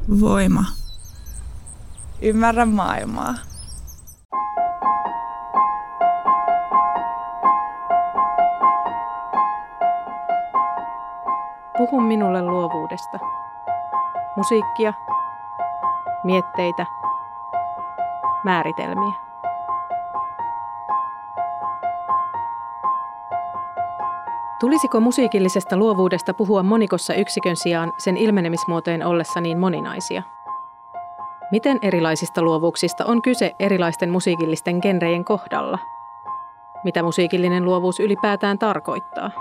Voima. Ymmärrä maailmaa. Puhu minulle luovuudesta. Musiikkia, mietteitä, määritelmiä. Tulisiko musiikillisesta luovuudesta puhua monikossa yksikön sijaan sen ilmenemismuotojen ollessa niin moninaisia? Miten erilaisista luovuuksista on kyse erilaisten musiikillisten genrejen kohdalla? Mitä musiikillinen luovuus ylipäätään tarkoittaa?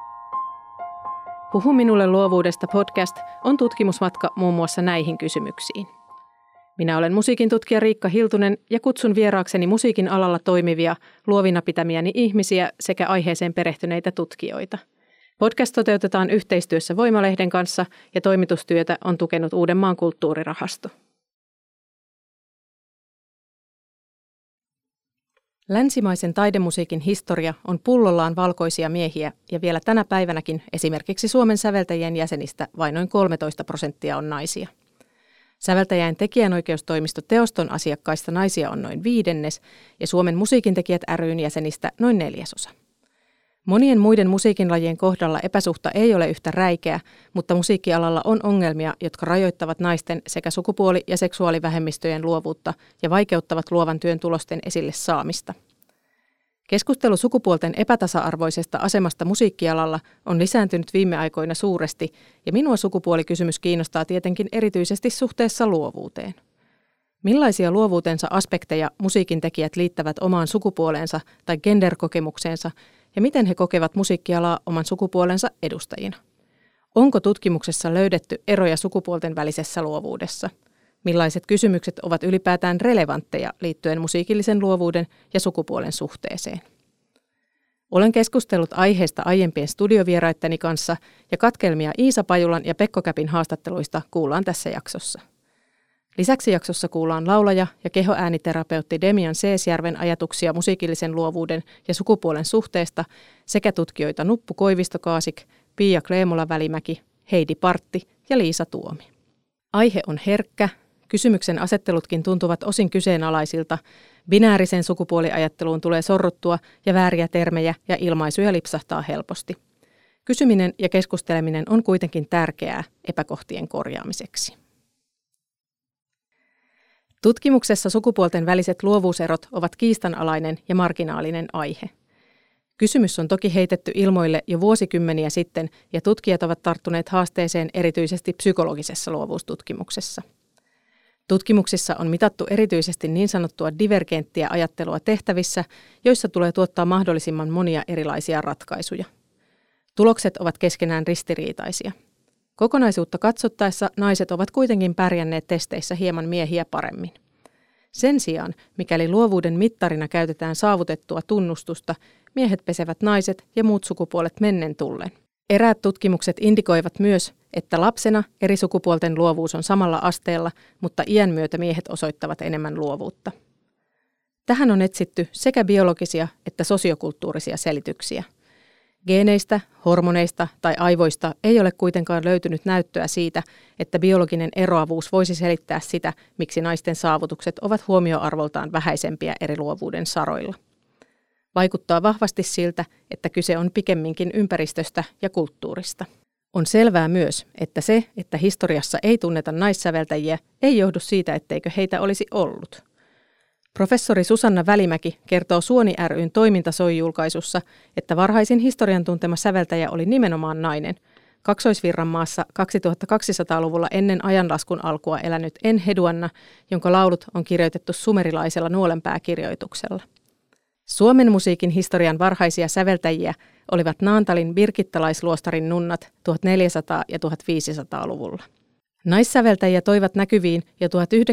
Puhu minulle luovuudesta podcast on tutkimusmatka muun muassa näihin kysymyksiin. Minä olen musiikin tutkija Riikka Hiltunen ja kutsun vieraakseni musiikin alalla toimivia, luovina pitämiäni ihmisiä sekä aiheeseen perehtyneitä tutkijoita. Podcast toteutetaan yhteistyössä Voima-lehden kanssa ja toimitustyötä on tukenut Uudenmaan kulttuurirahasto. Länsimaisen taidemusiikin historia on pullollaan valkoisia miehiä ja vielä tänä päivänäkin esimerkiksi Suomen säveltäjien jäsenistä vain noin 13% on naisia. Säveltäjäin tekijänoikeustoimisto Teoston asiakkaista naisia on noin 1/5 ja Suomen musiikintekijät ry:n jäsenistä noin 1/4. Monien muiden musiikin lajien kohdalla epäsuhta ei ole yhtä räikeä, mutta musiikkialalla on ongelmia, jotka rajoittavat naisten sekä sukupuoli- ja seksuaalivähemmistöjen luovuutta ja vaikeuttavat luovan työn tulosten esille saamista. Keskustelu sukupuolten epätasa-arvoisesta asemasta musiikkialalla on lisääntynyt viime aikoina suuresti, ja minua sukupuolikysymys kiinnostaa tietenkin erityisesti suhteessa luovuuteen. Millaisia luovuutensa aspekteja musiikin tekijät liittävät omaan sukupuoleensa tai gender-kokemukseensa, ja miten he kokevat musiikkialaa oman sukupuolensa edustajina? Onko tutkimuksessa löydetty eroja sukupuolten välisessä luovuudessa? Millaiset kysymykset ovat ylipäätään relevantteja liittyen musiikillisen luovuuden ja sukupuolen suhteeseen? Olen keskustellut aiheesta aiempien studiovieraitteni kanssa ja katkelmia Iisa Pajulan ja Pekko Käpin haastatteluista kuullaan tässä jaksossa. Lisäksi jaksossa kuullaan laulaja ja kehoääniterapeutti Demian Seesjärven ajatuksia musiikillisen luovuuden ja sukupuolen suhteesta sekä tutkijoita Nuppu Koivisto-Kaasik, Pia Kleemola-Välimäki, Heidi Partti ja Liisa Tuomi. Aihe on herkkä, kysymyksen asettelutkin tuntuvat osin kyseenalaisilta, binäärisen sukupuoliajatteluun tulee sorruttua ja vääriä termejä ja ilmaisuja lipsahtaa helposti. Kysyminen ja keskusteleminen on kuitenkin tärkeää epäkohtien korjaamiseksi. Tutkimuksessa sukupuolten väliset luovuuserot ovat kiistanalainen ja marginaalinen aihe. Kysymys on toki heitetty ilmoille jo vuosikymmeniä sitten ja tutkijat ovat tarttuneet haasteeseen erityisesti psykologisessa luovuustutkimuksessa. Tutkimuksissa on mitattu erityisesti niin sanottua divergenttiä ajattelua tehtävissä, joissa tulee tuottaa mahdollisimman monia erilaisia ratkaisuja. Tulokset ovat keskenään ristiriitaisia. Kokonaisuutta katsottaessa naiset ovat kuitenkin pärjänneet testeissä hieman miehiä paremmin. Sen sijaan, mikäli luovuuden mittarina käytetään saavutettua tunnustusta, miehet pesevät naiset ja muut sukupuolet mennen tullen. Eräät tutkimukset indikoivat myös, että lapsena eri sukupuolten luovuus on samalla asteella, mutta iän myötä miehet osoittavat enemmän luovuutta. Tähän on etsitty sekä biologisia että sosiokulttuurisia selityksiä. Geeneistä, hormoneista tai aivoista ei ole kuitenkaan löytynyt näyttöä siitä, että biologinen eroavuus voisi selittää sitä, miksi naisten saavutukset ovat huomioarvoltaan vähäisempiä eri luovuuden saroilla. Vaikuttaa vahvasti siltä, että kyse on pikemminkin ympäristöstä ja kulttuurista. On selvää myös, että se, että historiassa ei tunneta naissäveltäjiä, ei johdu siitä, etteikö heitä olisi ollut. Professori Susanna Välimäki kertoo Suoni ry:n toimintasoi-julkaisussa, että varhaisin historian tuntema säveltäjä oli nimenomaan nainen, Kaksoisvirranmaassa 2200-luvulla ennen ajanlaskun alkua elänyt Enheduanna, jonka laulut on kirjoitettu sumerilaisella nuolenpääkirjoituksella. Suomen musiikin historian varhaisia säveltäjiä olivat Naantalin birkittalaisluostarin nunnat 1400- ja 1500-luvulla. Naissäveltäjiä toivat näkyviin jo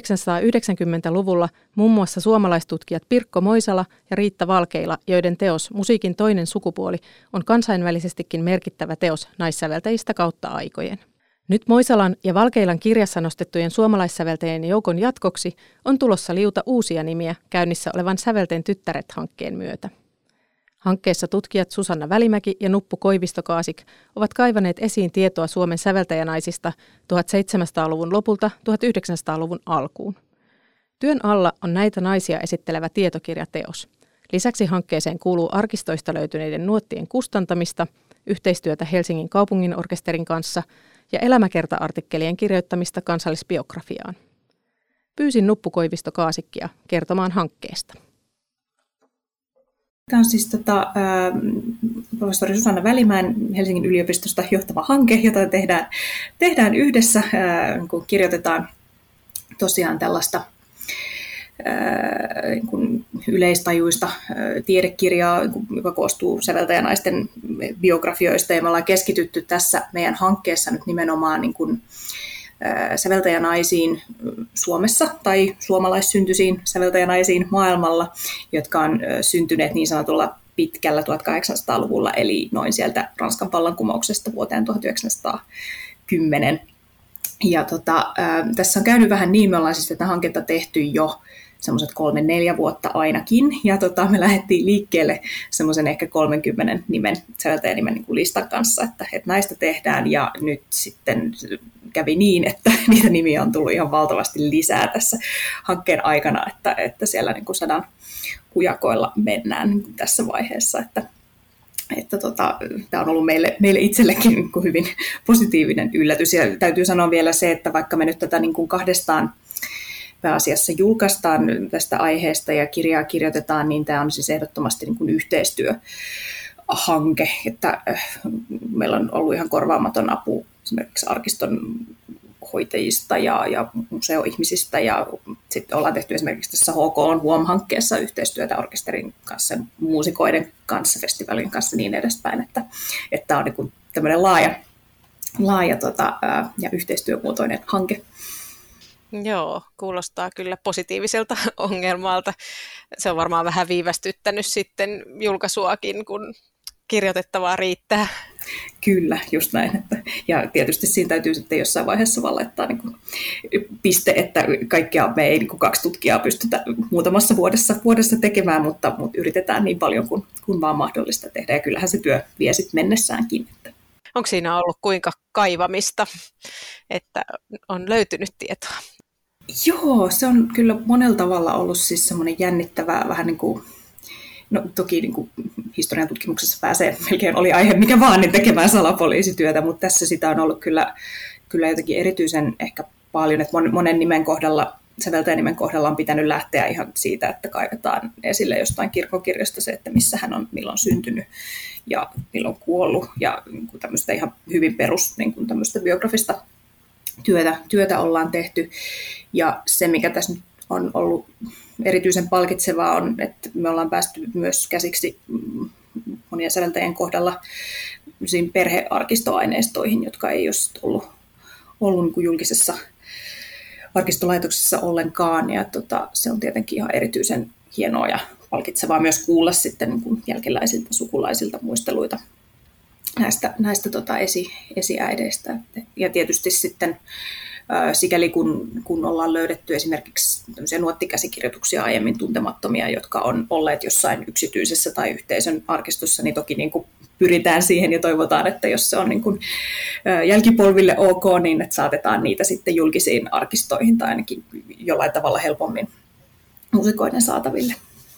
1990-luvulla muun muassa suomalaistutkijat Pirkko Moisala ja Riitta Valkeila, joiden teos Musiikin toinen sukupuoli on kansainvälisestikin merkittävä teos naissäveltäjistä kautta aikojen. Nyt Moisalan ja Valkeilan kirjassa nostettujen suomalaissäveltäjien joukon jatkoksi on tulossa liuta uusia nimiä käynnissä olevan Sävelten tyttäret-hankkeen myötä. Hankkeessa tutkijat Susanna Välimäki ja Nuppu Koivisto-Kaasik ovat kaivaneet esiin tietoa Suomen säveltäjänaisista 1700-luvun lopulta 1900-luvun alkuun. Työn alla on näitä naisia esittelevä tietokirjateos. Lisäksi hankkeeseen kuuluu arkistoista löytyneiden nuottien kustantamista, yhteistyötä Helsingin kaupunginorkesterin kanssa ja elämäkerta-artikkelien kirjoittamista kansallisbiografiaan. Pyysin Nuppu Koivisto-Kaasikkia kertomaan hankkeesta. Tämä on siis professori Susanna Välimäen Helsingin yliopistosta johtava hanke, jota tehdään yhdessä, kun kirjoitetaan tosiaan tällaista yleistajuista tiedekirjaa, joka koostuu säveltäjänaisten biografioista. Ja me ollaan keskitytty tässä meidän hankkeessa nyt nimenomaan säveltäjänaisiin Suomessa tai suomalaissyntyisiin säveltäjänaisiin maailmalla, jotka on syntyneet niin sanotulla pitkällä 1800-luvulla, eli noin sieltä Ranskan vallankumouksesta vuoteen 1910. Ja tässä on käynyt vähän niin, me ollaan siis tätä hanketta tehty jo semmoiset 3-4 vuotta ainakin, ja me lähdettiin liikkeelle semmoisen ehkä 30 säveltäjänimen niin kuin listan kanssa, että näistä tehdään, ja nyt sitten kävi niin, että niitä nimiä on tullut ihan valtavasti lisää tässä hankkeen aikana, että siellä niin kuin 100 hujakoilla mennään niin kuin tässä vaiheessa, että tämä on ollut meille itsellekin niin kuin hyvin positiivinen yllätys, ja täytyy sanoa vielä se, että vaikka me nyt tätä niin kuin kahdestaan pääasiassa julkaistaan tästä aiheesta ja kirjaa kirjoitetaan, niin tämä on siis ehdottomasti niin kuin yhteistyöhanke, että meillä on ollut ihan korvaamaton apu esimerkiksi arkiston hoitajista ja museoihmisistä, ja sitten ollaan tehty esimerkiksi tässä HK Huom-hankkeessa yhteistyötä orkesterin kanssa, muusikoiden kanssa, festivaalin kanssa niin edespäin, että tämä on niin kuin tämmöinen laaja ja yhteistyömuotoinen hanke. Joo, kuulostaa kyllä positiiviselta ongelmalta. Se on varmaan vähän viivästyttänyt sitten julkaisuakin, kun kirjoitettavaa riittää. Kyllä, just näin. Ja tietysti siinä täytyy sitten jossain vaiheessa vaan laittaa niin kuin piste, että kaikkea me ei niin kuin 2 tutkijaa pystytä muutamassa vuodessa tekemään, mutta yritetään niin paljon kuin vaan mahdollista tehdä. Ja kyllähän se työ vie sitten mennessäänkin. Onko siinä ollut kuinka kaivamista, että on löytynyt tietoa? Joo, se on kyllä monella tavalla ollut siis semmoinen jännittävää, vähän niin kuin, no toki niin kuin historian tutkimuksessa pääsee melkein oli aihe mikä vaan, niin tekemään salapoliisityötä, mutta tässä sitä on ollut kyllä jotenkin erityisen ehkä paljon, että monen nimen kohdalla, säveltäjänimen kohdalla on pitänyt lähteä ihan siitä, että kaivetaan esille jostain kirkonkirjasta se, että missä hän on, milloin syntynyt ja milloin kuollut, ja niin kuin tämmöistä ihan hyvin perus niin kuin tämmöistä biografista työtä ollaan tehty. Ja se, mikä tässä nyt on ollut erityisen palkitsevaa, on, että me ollaan päästy myös käsiksi monien säveltäjien kohdalla perhearkistoaineistoihin, jotka ei ole ollut niin kuin julkisessa arkistolaitoksessa ollenkaan. Ja se on tietenkin ihan erityisen hienoa ja palkitsevaa myös kuulla sitten niin kuin jälkeläisiltä sukulaisilta muisteluita näistä esiäideistä. Ja tietysti sitten sikäli kun ollaan löydetty esimerkiksi nuottikäsikirjoituksia aiemmin tuntemattomia, jotka on olleet jossain yksityisessä tai yhteisön arkistossa, niin toki niin kuin pyritään siihen ja toivotaan, että jos se on niin kuin jälkipolville ok, niin että saatetaan niitä sitten julkisiin arkistoihin tai ainakin jollain tavalla helpommin muusikoiden saataville.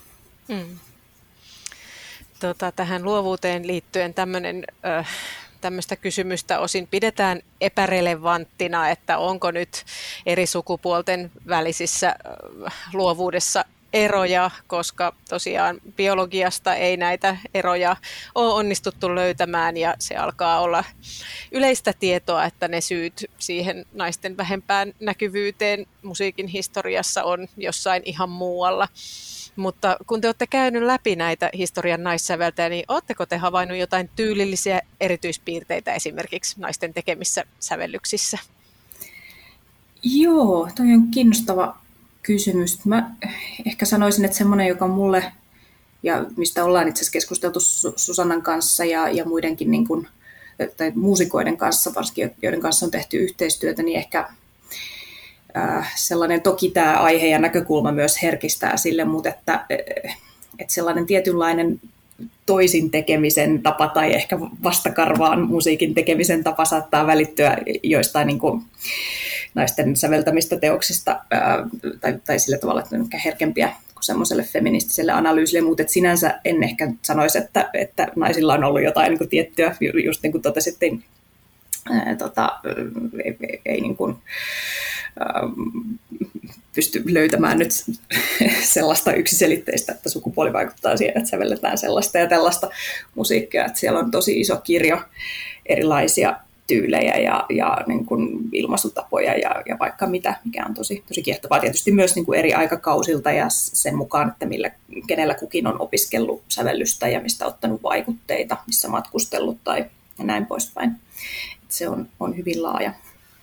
Tähän luovuuteen liittyen tämmöistä kysymystä osin pidetään epärelevanttina, että onko nyt eri sukupuolten välisissä luovuudessa eroja, koska tosiaan biologiasta ei näitä eroja ole onnistuttu löytämään, ja se alkaa olla yleistä tietoa, että ne syyt siihen naisten vähempään näkyvyyteen musiikin historiassa on jossain ihan muualla. Mutta kun te olette käynyt läpi näitä historian naissäveltäjiä, niin oletteko te havainnut jotain tyylillisiä erityispiirteitä esimerkiksi naisten tekemissä sävellyksissä? Joo, toi on kiinnostava kysymys. Mä ehkä sanoisin, että semmoinen, joka mulle, ja mistä ollaan itse asiassa keskusteltu Susannan kanssa ja muidenkin niin kuin, tai muusikoiden kanssa, varsinkin joiden kanssa on tehty yhteistyötä, niin ehkä sellainen, toki tämä aihe ja näkökulma myös herkistää sille, mutta että sellainen tietynlainen toisin tekemisen tapa tai ehkä vastakarvaan musiikin tekemisen tapa saattaa välittyä joistain niin kuin naisten säveltämistä teoksista tai sillä tavalla, että ne on herkempiä kuin semmoiselle feministiselle analyysille, mutta sinänsä en ehkä sanoisi, että naisilla on ollut jotain niin kuin tiettyä, just niin kuin totesit, ei niin kuin, pysty löytämään nyt sellaista yksiselitteistä, että sukupuoli vaikuttaa siihen, että sävelletään sellaista ja tällaista musiikkia. Että siellä on tosi iso kirjo erilaisia tyylejä ja niin kuin ilmaisutapoja ja vaikka mitä, mikä on tosi kiehtovaa. Tietysti myös niin kuin eri aikakausilta ja sen mukaan, että kenellä kukin on opiskellut sävellystä ja mistä ottanut vaikutteita, missä matkustellut tai näin poispäin. Se on hyvin laaja.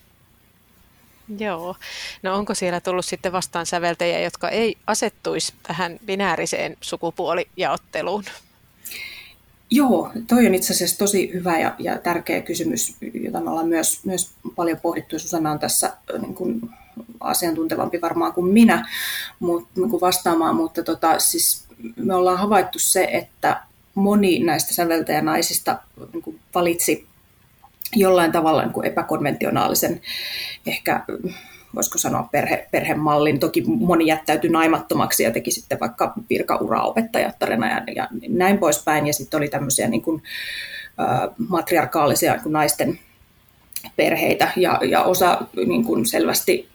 Joo. No onko siellä tullut sitten vastaan säveltäjiä, jotka ei asettuisi tähän binääriseen sukupuolijaotteluun? Joo, toi on itse asiassa tosi hyvä ja tärkeä kysymys, jota me ollaan myös paljon pohdittu. Susanna on tässä niin kuin asiantuntevampi varmaan kuin minä vastaamaan, mutta siis me ollaan havaittu se, että moni näistä säveltäjänaisista niin kuin valitsi jollain tavalla niin kuin epäkonventionaalisen, ehkä voisiko sanoa perhemallin. Toki moni jättäytyi naimattomaksi ja teki sitten vaikka virkauraa opettajattarena ja näin poispäin. Ja sitten oli tämmöisiä niin kuin, matriarkaalisia niin kuin naisten perheitä ja osa niin kuin selvästi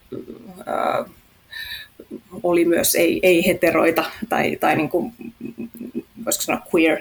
oli myös ei-heteroita tai niin kuin, voisiko sanoa queer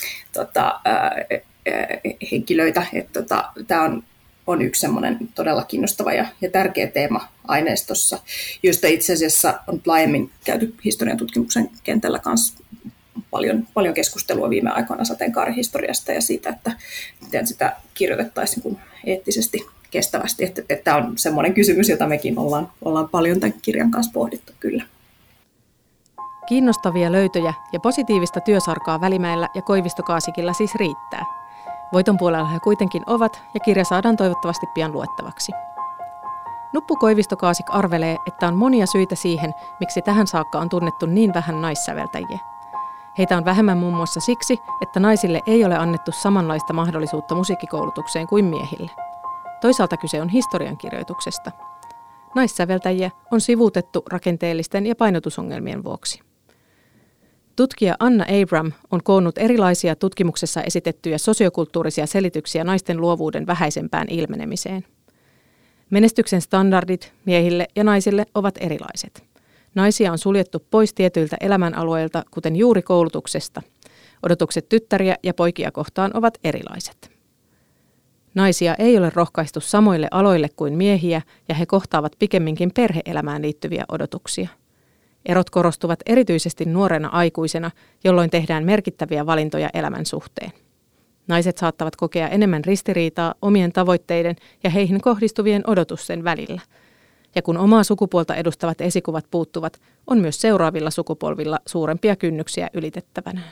henkilöitä. Tämä on yksi semmoinen todella kiinnostava ja tärkeä teema aineistossa, josta itse asiassa on laajemmin käyty historian tutkimuksen kentällä kanssa paljon keskustelua viime aikoina sateenkaarihistoriasta ja siitä, että miten sitä kirjoitettaisiin niin eettisesti kestävästi. Että tämä on semmoinen kysymys, jota mekin ollaan paljon tämän kirjan kanssa pohdittu kyllä. Kiinnostavia löytöjä ja positiivista työsarkaa Välimäellä ja Koivistokaasikilla siis riittää. Voiton puolella he kuitenkin ovat ja kirja saadaan toivottavasti pian luettavaksi. Nuppu Koivistokaasik arvelee, että on monia syitä siihen, miksi tähän saakka on tunnettu niin vähän naissäveltäjiä. Heitä on vähemmän muun muassa siksi, että naisille ei ole annettu samanlaista mahdollisuutta musiikkikoulutukseen kuin miehille. Toisaalta kyse on historiankirjoituksesta. Naissäveltäjiä on sivuutettu rakenteellisten ja painotusongelmien vuoksi. Tutkija Anna Abram on koonnut erilaisia tutkimuksessa esitettyjä sosiokulttuurisia selityksiä naisten luovuuden vähäisempään ilmenemiseen. Menestyksen standardit miehille ja naisille ovat erilaiset. Naisia on suljettu pois tietyiltä elämänalueilta, kuten juuri koulutuksesta. Odotukset tyttäriä ja poikia kohtaan ovat erilaiset. Naisia ei ole rohkaistu samoille aloille kuin miehiä ja he kohtaavat pikemminkin perhe-elämään liittyviä odotuksia. Erot korostuvat erityisesti nuorena aikuisena, jolloin tehdään merkittäviä valintoja elämän suhteen. Naiset saattavat kokea enemmän ristiriitaa omien tavoitteiden ja heihin kohdistuvien odotusten välillä. Ja kun omaa sukupuolta edustavat esikuvat puuttuvat, on myös seuraavilla sukupolvilla suurempia kynnyksiä ylitettävänään.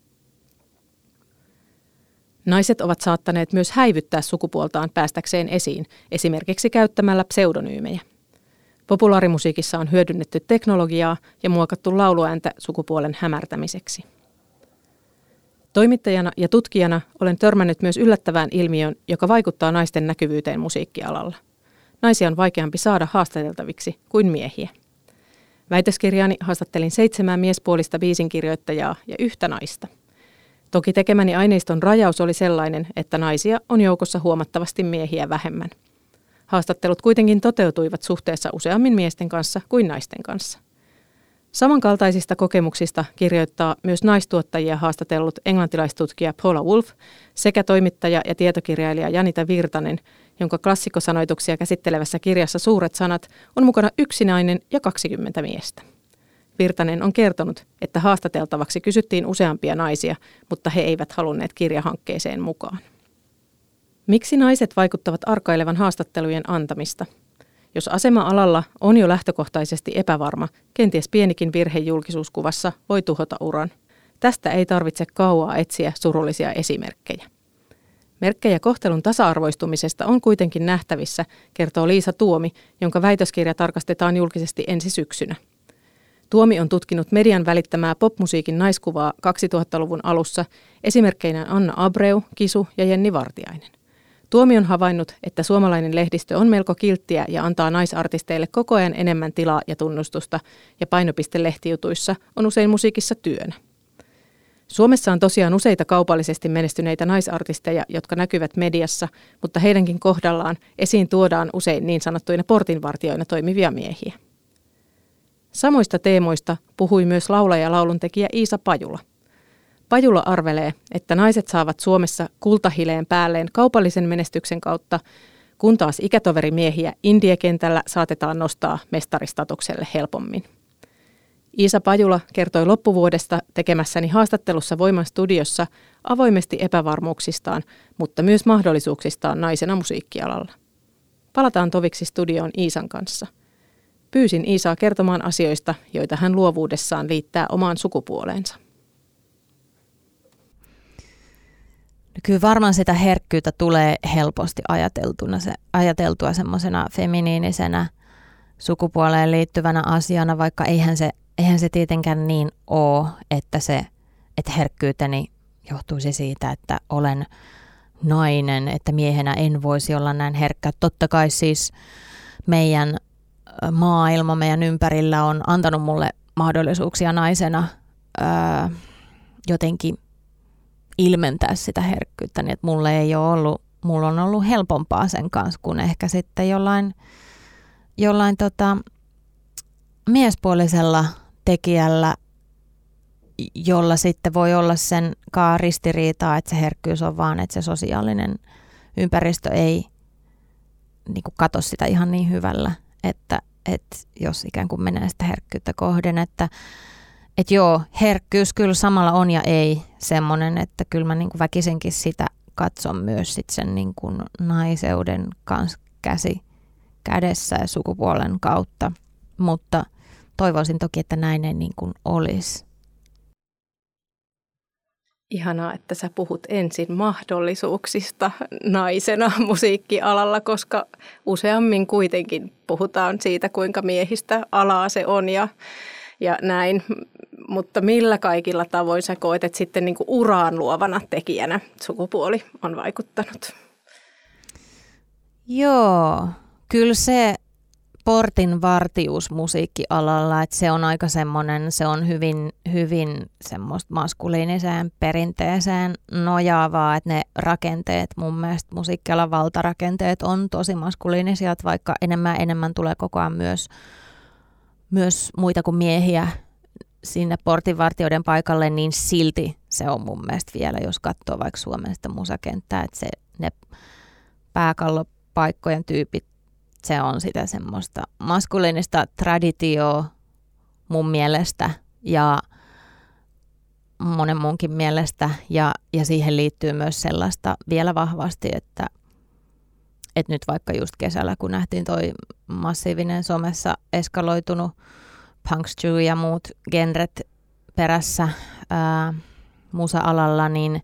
Naiset ovat saattaneet myös häivyttää sukupuoltaan päästäkseen esiin, esimerkiksi käyttämällä pseudonyymejä. Populaarimusiikissa on hyödynnetty teknologiaa ja muokattu lauluääntä sukupuolen hämärtämiseksi. Toimittajana ja tutkijana olen törmännyt myös yllättävään ilmiöön, joka vaikuttaa naisten näkyvyyteen musiikkialalla. Naisia on vaikeampi saada haastateltaviksi kuin miehiä. Väitöskirjaani haastattelin 7 miespuolista biisinkirjoittajaa ja 1 naista. Toki tekemäni aineiston rajaus oli sellainen, että naisia on joukossa huomattavasti miehiä vähemmän. Haastattelut kuitenkin toteutuivat suhteessa useammin miesten kanssa kuin naisten kanssa. Samankaltaisista kokemuksista kirjoittaa myös naistuottajia haastatellut englantilaistutkija Paula Wolf sekä toimittaja ja tietokirjailija Janita Virtanen, jonka klassikkosanoituksia käsittelevässä kirjassa Suuret sanat on mukana 1 nainen ja 20 miestä. Virtanen on kertonut, että haastateltavaksi kysyttiin useampia naisia, mutta he eivät halunneet kirjahankkeeseen mukaan. Miksi naiset vaikuttavat arkailevan haastattelujen antamista? Jos asema-alalla on jo lähtökohtaisesti epävarma, kenties pienikin virhe julkisuuskuvassa voi tuhota uran. Tästä ei tarvitse kauaa etsiä surullisia esimerkkejä. Merkkejä kohtelun tasa-arvoistumisesta on kuitenkin nähtävissä, kertoo Liisa Tuomi, jonka väitöskirja tarkastetaan julkisesti ensi syksynä. Tuomi on tutkinut median välittämää popmusiikin naiskuvaa 2000-luvun alussa, esimerkkeinä Anna Abreu, Kisu ja Jenni Vartiainen. Tuomi on havainnut, että suomalainen lehdistö on melko kilttiä ja antaa naisartisteille koko ajan enemmän tilaa ja tunnustusta, ja painopiste lehtijutuissa on usein musiikissa työnä. Suomessa on tosiaan useita kaupallisesti menestyneitä naisartisteja, jotka näkyvät mediassa, mutta heidänkin kohdallaan esiin tuodaan usein niin sanottuina portinvartijoina toimivia miehiä. Samoista teemoista puhui myös laulaja ja lauluntekijä Iisa Pajula. Pajula arvelee, että naiset saavat Suomessa kultahileen päälleen kaupallisen menestyksen kautta, kun taas ikätoverimiehiä indie-kentällä saatetaan nostaa mestaristatukselle helpommin. Iisa Pajula kertoi loppuvuodesta tekemässäni haastattelussa Voiman studiossa avoimesti epävarmuuksistaan, mutta myös mahdollisuuksistaan naisena musiikkialalla. Palataan toviksi studioon Iisan kanssa. Pyysin Iisaa kertomaan asioista, joita hän luovuudessaan liittää omaan sukupuoleensa. Kyllä varmaan sitä herkkyyttä tulee helposti ajateltua semmoisena feminiinisenä sukupuoleen liittyvänä asiana, vaikka eihän se tietenkään niin ole, että herkkyyteni johtuisi siitä, että olen nainen, että miehenä en voisi olla näin herkkä. Totta kai siis meidän maailma meidän ympärillä on antanut mulle mahdollisuuksia naisena jotenkin ilmentää sitä herkkyyttä, niin että mulla on ollut helpompaa sen kanssa kuin ehkä sitten jollain miespuolisella tekijällä, jolla sitten voi olla sen ristiriitaa, että se herkkyys on vaan, että se sosiaalinen ympäristö ei niin kuin katso sitä ihan niin hyvällä, että jos ikään kuin menee sitä herkkyyttä kohden, että joo, herkkyys kyllä samalla on ja ei semmoinen, että kyllä mä niin kuin väkisinkin sitä katson myös sit sen niin kuin naiseuden kanssa käsi kädessä ja sukupuolen kautta, mutta toivoisin toki, että näin ei niin kuin olisi. Ihanaa, että sä puhut ensin mahdollisuuksista naisena musiikkialalla, koska useammin kuitenkin puhutaan siitä, kuinka miehistä alaa se on ja näin. Mutta millä kaikilla tavoin sä koet, että sitten niin kuin uraan luovana tekijänä sukupuoli on vaikuttanut? Joo, kyllä se portinvartijuus musiikkialalla, että se on aika semmoinen, se on hyvin semmoista maskuliiniseen perinteeseen nojaavaa, että ne rakenteet, mun mielestä musiikkialan valtarakenteet on tosi maskuliinisia, että vaikka enemmän tulee koko ajan myös muita kuin miehiä sinne portinvartijoiden paikalle, niin silti se on mun mielestä vielä, jos katsoo vaikka Suomesta musakenttää, että ne pääkallopaikkojen tyypit, se on sitä semmoista maskuliinista traditioa mun mielestä ja monen muunkin mielestä. Ja siihen liittyy myös sellaista vielä vahvasti, että nyt vaikka just kesällä, kun nähtiin toi massiivinen somessa eskaloitunut punk stew ja muut genret perässä musa-alalla, niin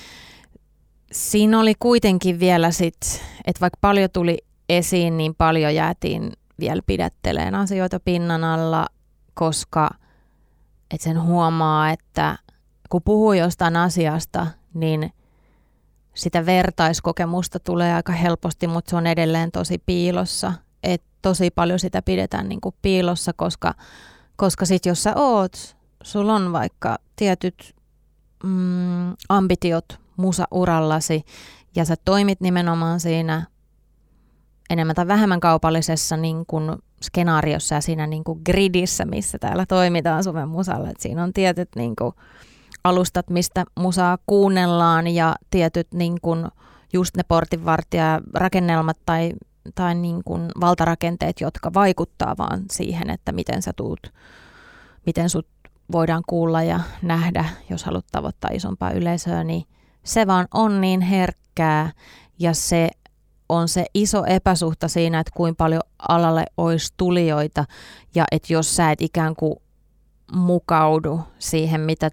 siinä oli kuitenkin vielä sit, että vaikka paljon tuli esiin, niin paljon jäätiin vielä pidättelemään asioita pinnan alla, koska et sen huomaa, että kun puhuu jostain asiasta, niin sitä vertaiskokemusta tulee aika helposti, mutta se on edelleen tosi piilossa. Et tosi paljon sitä pidetään niin kuin piilossa, koska sit jos sä oot, sulla on vaikka tietyt ambitiot musaurallasi ja sä toimit nimenomaan siinä enemmän tai vähemmän kaupallisessa niin kuin skenaariossa ja siinä niin kuin gridissä, missä täällä toimitaan Suomen musalla. Et siinä on tietyt niin kuin alustat, mistä musaa kuunnellaan ja tietyt niin kuin just ne portinvartijarakennelmat tai niin kuin valtarakenteet, jotka vaikuttaa vaan siihen, että miten sut voidaan kuulla ja nähdä, jos haluat tavoittaa isompaa yleisöä, niin se vaan on niin herkkää ja se on se iso epäsuhta siinä, että kuinka paljon alalle olisi tulijoita ja että jos sä et ikään kuin mukaudu siihen, mitä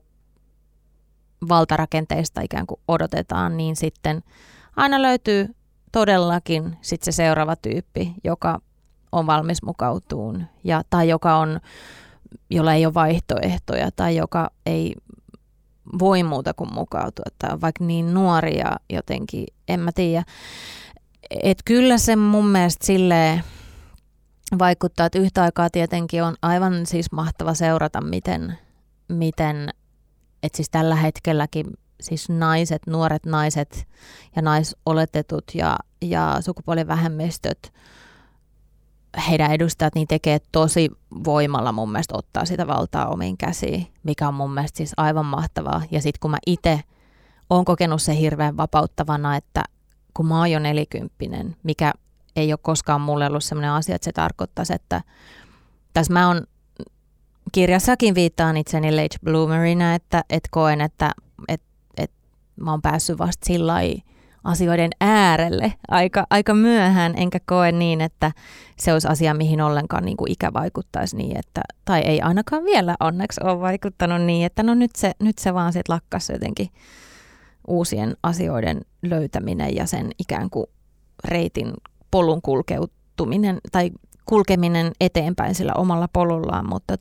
valtarakenteista ikään kuin odotetaan, niin sitten aina löytyy todellakin sit se seuraava tyyppi, joka on valmis mukautumaan tai joka on jolla ei ole vaihtoehtoja tai joka ei voi muuta kuin mukautua tai on vaikka niin nuori ja jotenkin, en mä tiedä. Että kyllä se mun mielestä silleen vaikuttaa, että yhtä aikaa tietenkin on aivan siis mahtava seurata, miten että siis tällä hetkelläkin siis naiset, nuoret naiset ja naisoletetut ja sukupuolivähemmistöt, heidän edustajat niin tekee tosi voimalla mun mielestä ottaa sitä valtaa omiin käsiin, mikä on mun mielestä siis aivan mahtavaa. Ja sitten kun mä itse oon kokenut se hirveän vapauttavana, että kun mä oon jo 40, mikä ei ole koskaan mulle ollut sellainen asia, että se tarkoittaisi, että tässä mä oon kirjassakin viittaan itseni late bloomerina, että koen, että mä oon päässyt vasta sillai asioiden äärelle aika myöhään, enkä koe niin, että se olisi asia, mihin ollenkaan niin kuin ikä vaikuttaisi niin, että, tai ei ainakaan vielä onneksi ole vaikuttanut niin, että no nyt se vaan sitten lakkasi jotenkin uusien asioiden löytäminen ja sen ikään kuin reitin polun kulkeutuminen tai kulkeminen eteenpäin sillä omalla polullaan, mutta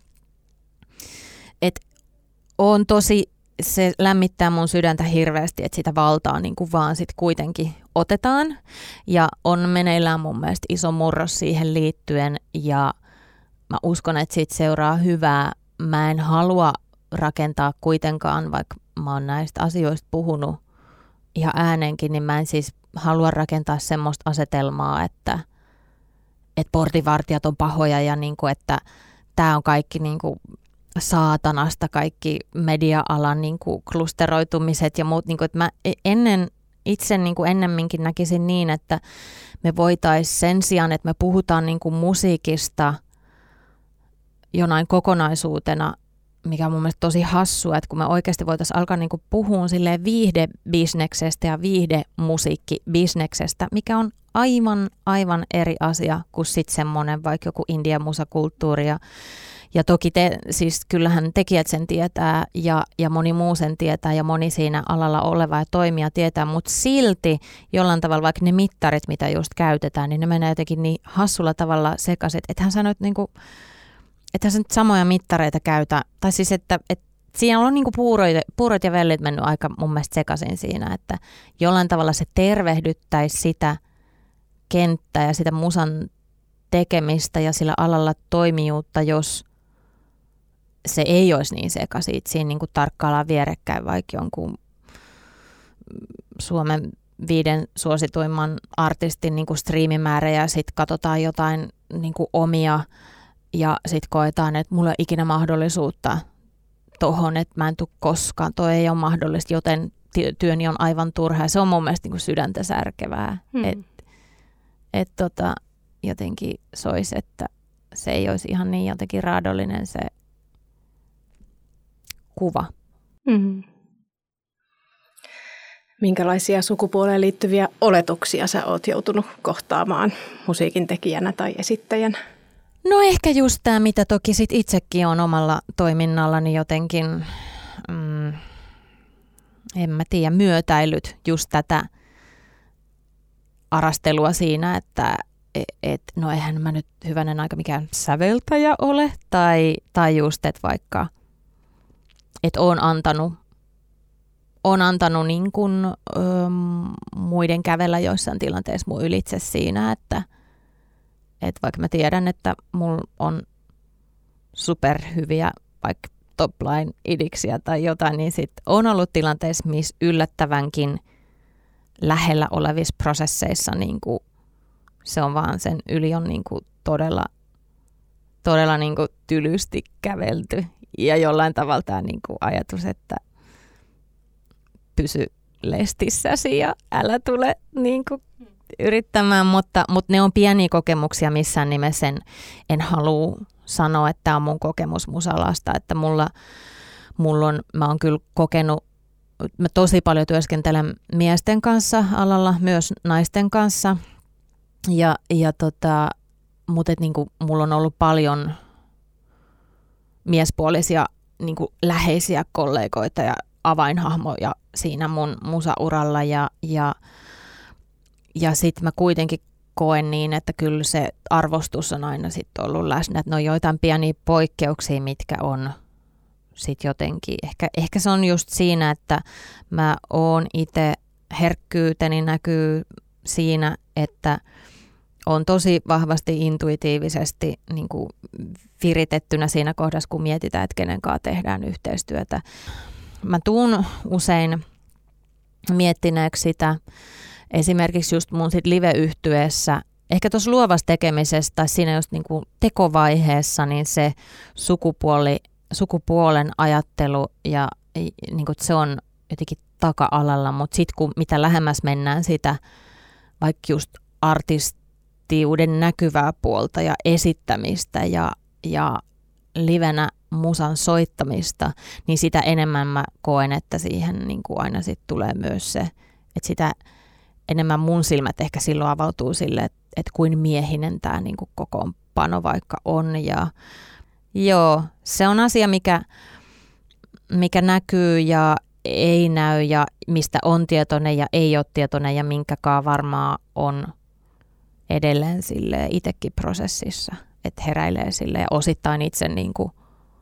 on tosi, se lämmittää mun sydäntä hirveästi, että sitä valtaa niin kuin vaan sit kuitenkin otetaan ja on meneillään mun mielestä iso murros siihen liittyen ja mä uskon, että siitä seuraa hyvää. Mä en halua rakentaa kuitenkaan, vaikka mä oon näistä asioista puhunut ihan äänenkin, niin mä en siis halua rakentaa semmoista asetelmaa, että portinvartijat on pahoja ja niin kuin, että tää on kaikki niin kuin saatanasta, kaikki media-alan niin kuin klusteroitumiset ja muut. Niin kuin, että mä itse niin kuin ennemminkin näkisin niin, että me voitaisiin sen sijaan, että me puhutaan niin kuin musiikista jonain kokonaisuutena, mikä on mun mielestä tosi hassua, että kun me oikeasti voitaisiin alkaa niin kuin puhua silleen viihdebisneksestä ja viihdemusiikkibisneksestä, mikä on aivan eri asia kuin sitten semmoinen vaikka joku India-musakulttuuri. Ja toki siis kyllähän tekijät sen tietää ja moni muu sen tietää ja moni siinä alalla oleva ja toimija tietää, mutta silti jollain tavalla vaikka ne mittarit, mitä just käytetään, niin ne menee jotenkin niin hassulla tavalla sekaisin. Ethän sä nyt niinku, ethän sä nyt samoja mittareita käytä, tai siis että siinä on niinku puurot ja vellit mennyt aika mun mielestä sekaisin siinä, että jollain tavalla se tervehdyttäisi sitä kenttää ja sitä musan tekemistä ja sillä alalla toimijuutta, jos se ei olisi niin sekaisin. Siinä niin kuin tarkkaillaan vierekkäin vaikka jonkun Suomen 5 suosituimman artistin niin kuin striimimäärä ja sitten katsotaan jotain niin kuin omia ja sitten koetaan, että mulla ei ole ikinä mahdollisuutta tohon, että mä en tule koskaan, toi ei ole mahdollista, joten työni on aivan turha ja se on mun mielestä niin kuin sydäntä särkevää. Jotenkin soisi, että se ei olisi ihan niin jotenkin raadollinen se kuva. Mm-hmm. Minkälaisia sukupuoleen liittyviä oletuksia sä oot joutunut kohtaamaan musiikin tekijänä tai esittäjänä? No ehkä just tämä, mitä toki sit itsekin on omalla toiminnallani jotenkin, en mä tiedä, myötäillyt just tätä arastelua siinä, että no eihän mä nyt hyvänen aika mikään säveltäjä ole, tai just, että vaikka, että on antanut niin kuin, muiden kävellä joissain tilanteissa mun ylitse siinä, että vaikka mä tiedän, että mulla on superhyviä vaikka topline-idiksiä tai jotain, niin sit on ollut tilanteissa, missä yllättävänkin lähellä olevissa prosesseissa niin kuin se on vaan sen yli on niin kuin todella niin kuin tylysti kävelty. Ja jollain tavalla tämä niin kuin ajatus, että pysy lestissäsi ja älä tule niin kuin yrittämään, mutta ne on pieniä kokemuksia, missään nimessä en halua sanoa, että tämä on mun kokemus musalasta, että mä oon kyllä kokenut, mä tosi paljon työskentelen miesten kanssa alalla, myös naisten kanssa, mutta niinku, mulla on ollut paljon miespuolisia niinku, läheisiä kollegoita ja avainhahmoja siinä mun musauralla ja sitten mä kuitenkin koen niin, että kyllä se arvostus on aina sitten ollut läsnä, että ne on joitain pieniä poikkeuksia, mitkä on sitten jotenkin, ehkä se on just siinä, että mä oon itse, herkkyyteni näkyy siinä, että on tosi vahvasti intuitiivisesti niin kuin viritettynä siinä kohdassa, kun mietitään, että kenen kanssa tehdään yhteistyötä. Mä tuun usein miettineeksi sitä esimerkiksi just mun sit live-yhtyeessä, ehkä tuossa luovassa tekemisessä tai siinä just niin kuin tekovaiheessa, niin se sukupuolen ajattelu ja niin kuin se on jotenkin taka-alalla, mutta sitten kun mitä lähemmäs mennään sitä vaikka just artistiuden näkyvää puolta ja esittämistä ja livenä musan soittamista, niin sitä enemmän mä koen, että siihen niin kuin aina sit tulee myös se, että sitä enemmän mun silmät ehkä silloin avautuu sille, että kuin miehinen tämä niin kuin kokoonpano vaikka on. Ja joo, se on asia, mikä näkyy ja ei näy ja mistä on tietoinen ja ei ole tietoinen ja minkäkaan varmaan on edelleen sille itsekin prosessissa, että heräilee sille ja osittain itse niin kuin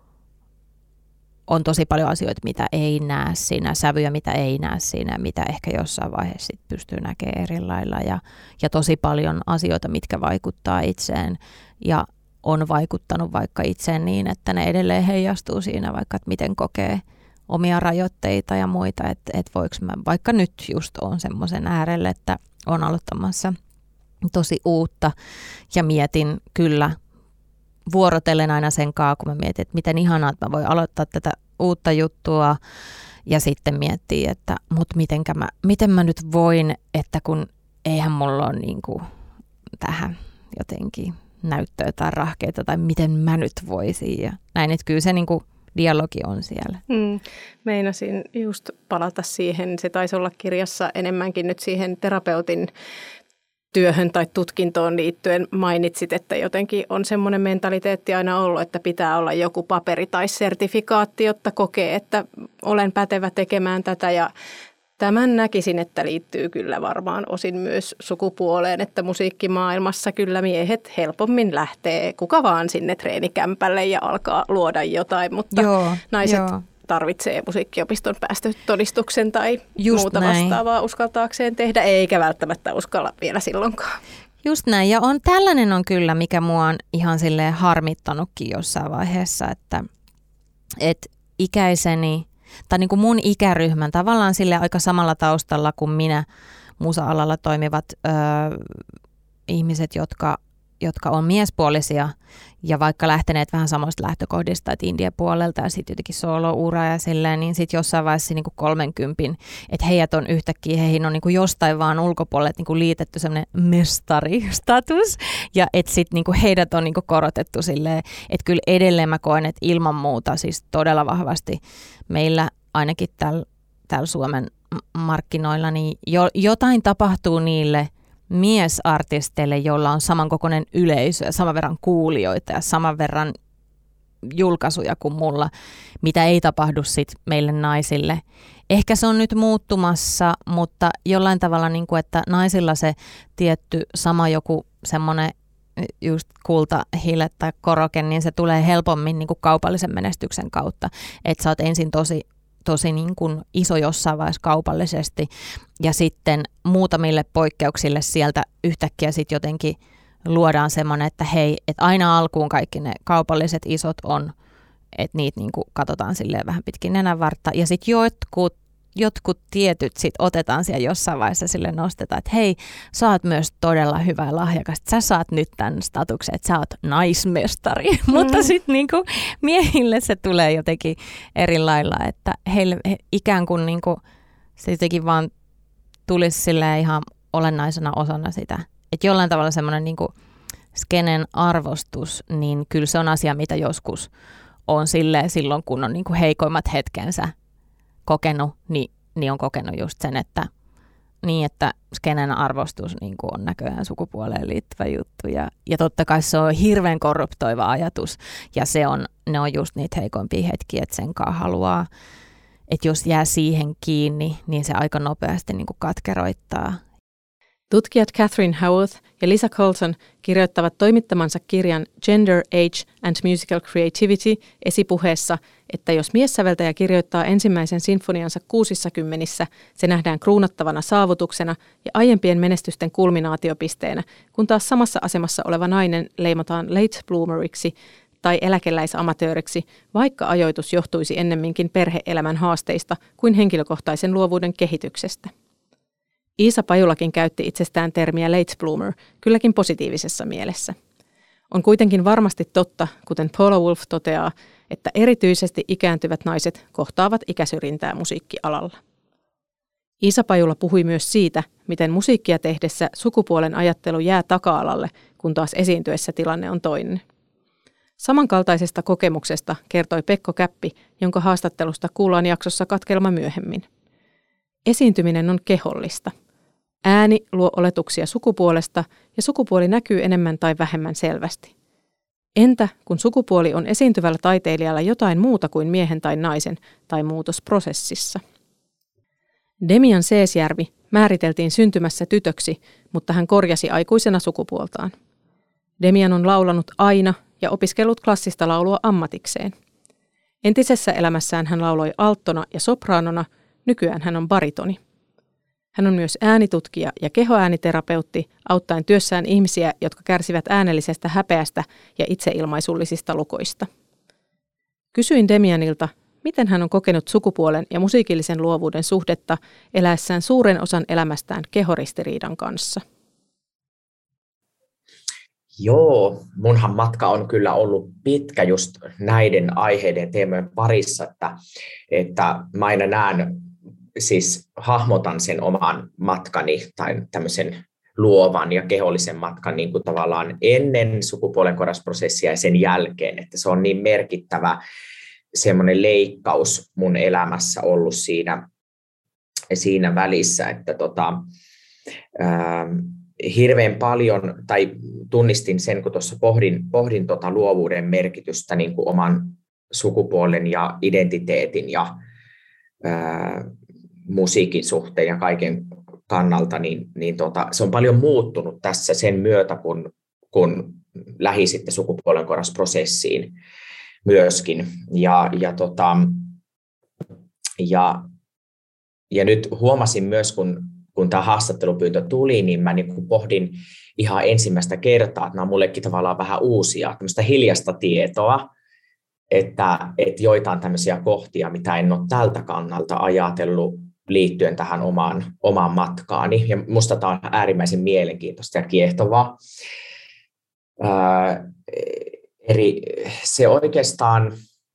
on tosi paljon asioita, mitä ei näe siinä, sävyjä, mitä ei näe siinä, mitä ehkä jossain vaiheessa sit pystyy näkemään eri lailla ja tosi paljon asioita, mitkä vaikuttaa itseen ja on vaikuttanut vaikka itseen niin, että ne edelleen heijastuu siinä vaikka, että miten kokee omia rajoitteita ja muita, että voiko mä vaikka nyt just on semmoisen äärelle, että on aloittamassa tosi uutta ja mietin kyllä vuorotellen aina sen kanssa, kun mä mietin, että miten ihanaa, että mä voin aloittaa tätä uutta juttua ja sitten miettii, että miten mä nyt voin, että kun eihän mulla ole niin kuin tähän jotenkin näyttöä tai rahkeita tai miten mä nyt voisin ja näin, että kyllä se niin kuin dialogi on siellä. Meinasin just palata siihen, se taisi olla kirjassa enemmänkin nyt siihen terapeutin työhön tai tutkintoon liittyen mainitsit, että jotenkin on semmoinen mentaliteetti aina ollut, että pitää olla joku paperi tai sertifikaatti, jotta kokee, että olen pätevä tekemään tätä ja tämän näkisin, että liittyy kyllä varmaan osin myös sukupuoleen, että musiikkimaailmassa kyllä miehet helpommin lähtee kuka vaan sinne treenikämpälle ja alkaa luoda jotain, mutta naiset tarvitsee musiikkiopiston päästötodistuksen tai just muuta näin. Vastaavaa uskaltaakseen tehdä, eikä välttämättä uskalla vielä silloinkaan. Just näin, ja tällainen on kyllä, mikä mua on ihan silleen harmittanutkin jossain vaiheessa, että ikäiseni, tai niin kuin mun ikäryhmän tavallaan sille aika samalla taustalla kuin minä musa-alalla toimivat ihmiset, jotka on miespuolisia ja vaikka lähteneet vähän samoista lähtökohdista, että indie-puolelta ja sitten jotenkin solo-ura ja silleen, niin sitten jossain vaiheessa niin kuin 30, että heidät on yhtäkkiä, heihin on niin kuin jostain vaan ulkopuolelle niin kuin liitetty sellainen mestaristatus ja että sitten niin kuin heidät on niin kuin korotettu silleen, että kyllä edelleen mä koen, että ilman muuta siis todella vahvasti meillä ainakin täällä Suomen markkinoilla, niin jotain tapahtuu niille miesartisteille, joilla on samankokoinen yleisö ja saman verran kuulijoita ja saman verran julkaisuja kuin mulla, mitä ei tapahdu sit meille naisille. Ehkä se on nyt muuttumassa, mutta jollain tavalla, niin kuin, että naisilla se tietty sama joku semmoinen just kultahille tai koroke, niin se tulee helpommin niin kuin kaupallisen menestyksen kautta, että sä oot ensin tosi niin kuin iso jossain vaiheessa kaupallisesti ja sitten muutamille poikkeuksille sieltä yhtäkkiä sitten jotenkin luodaan semmoinen, että hei, että aina alkuun kaikki ne kaupalliset isot on, että niitä niin kuin katsotaan silleen vähän pitkin nenänvartta ja sitten jotkut tietyt sit otetaan siellä jossain vaiheessa sille nostetaan, että hei, sä oot myös todella hyvä ja lahjakas, sä saat nyt tämän statuksen, että sä oot naismestari, mutta sitten niinku miehille se tulee jotenkin eri lailla, että heille ikään kuin niinku, se jotenkin vaan tulisi silleen ihan olennaisena osana sitä, että jollain tavalla semmoinen niinku skenen arvostus, niin kyllä se on asia, mitä joskus on silloin, kun on niinku heikoimmat hetkensä kokenut, niin on kokenut just sen, että skenen arvostus niin kuin on näköjään sukupuoleen liittyvä juttu. Ja totta kai se on hirveän korruptoiva ajatus. Ja ne on just niitä heikoimpia hetkiä, että senkaan haluaa, että jos jää siihen kiinni, niin se aika nopeasti niin kuin katkeroittaa. Tutkijat Catherine Howarth ja Lisa Colton kirjoittavat toimittamansa kirjan Gender, Age and Musical Creativity esipuheessa, että jos miessäveltäjä kirjoittaa ensimmäisen sinfoniansa 60, se nähdään kruunattavana saavutuksena ja aiempien menestysten kulminaatiopisteenä, kun taas samassa asemassa oleva nainen leimataan late bloomeriksi tai eläkeläisamatööriksi, vaikka ajoitus johtuisi ennemminkin perhe-elämän haasteista kuin henkilökohtaisen luovuuden kehityksestä. Iisa Pajulakin käytti itsestään termiä late bloomer, kylläkin positiivisessa mielessä. On kuitenkin varmasti totta, kuten Paula Wolf toteaa, että erityisesti ikääntyvät naiset kohtaavat ikäsyrjintää musiikkialalla. Iisa Pajula puhui myös siitä, miten musiikkia tehdessä sukupuolen ajattelu jää taka-alalle, kun taas esiintyessä tilanne on toinen. Samankaltaisesta kokemuksesta kertoi Pekko Käppi, jonka haastattelusta kuullaan jaksossa katkelma myöhemmin. Esiintyminen on kehollista. Ääni luo oletuksia sukupuolesta ja sukupuoli näkyy enemmän tai vähemmän selvästi. Entä kun sukupuoli on esiintyvällä taiteilijalla jotain muuta kuin miehen tai naisen tai muutosprosessissa? Demian Seesjärvi määriteltiin syntymässä tytöksi, mutta hän korjasi aikuisena sukupuoltaan. Demian on laulanut aina ja opiskellut klassista laulua ammatikseen. Entisessä elämässään hän lauloi alttona ja sopraanona, nykyään hän on baritoni. Hän on myös äänitutkija ja kehoääniterapeutti, auttaen työssään ihmisiä, jotka kärsivät äänellisestä häpeästä ja itseilmaisullisista lukoista. Kysyin Demianilta, miten hän on kokenut sukupuolen ja musiikillisen luovuuden suhdetta eläessään suuren osan elämästään kehoristiriidan kanssa. Joo, munhan matka on kyllä ollut pitkä just näiden aiheiden ja teemojen parissa, että mä aina näen, siis hahmotan sen oman matkani tai tämmöisen luovan ja kehollisen matkan niin kuin tavallaan ennen sukupuolenkorjausprosessia ja sen jälkeen, että se on niin merkittävä semmoinen leikkaus mun elämässä ollut siinä välissä, että hirveän paljon, tai tunnistin sen, kun tuossa pohdin luovuuden merkitystä niin kuin oman sukupuolen ja identiteetin ja musiikin suhteen ja kaiken kannalta, niin se on paljon muuttunut tässä sen myötä, kun lähi sitten sukupuolenkorjausprosessiin myöskin. Ja nyt huomasin myös, kun tämä haastattelupyyntö tuli, niin mä niin pohdin ihan ensimmäistä kertaa, että nämä on mullekin tavallaan vähän uusia, tämmöistä hiljaista tietoa, että joitain tämmöisiä kohtia, mitä en ole tältä kannalta ajatellut liittyen tähän omaan matkaani. Ja musta tämä on äärimmäisen mielenkiintoista ja kiehtovaa. Eli se oikeastaan,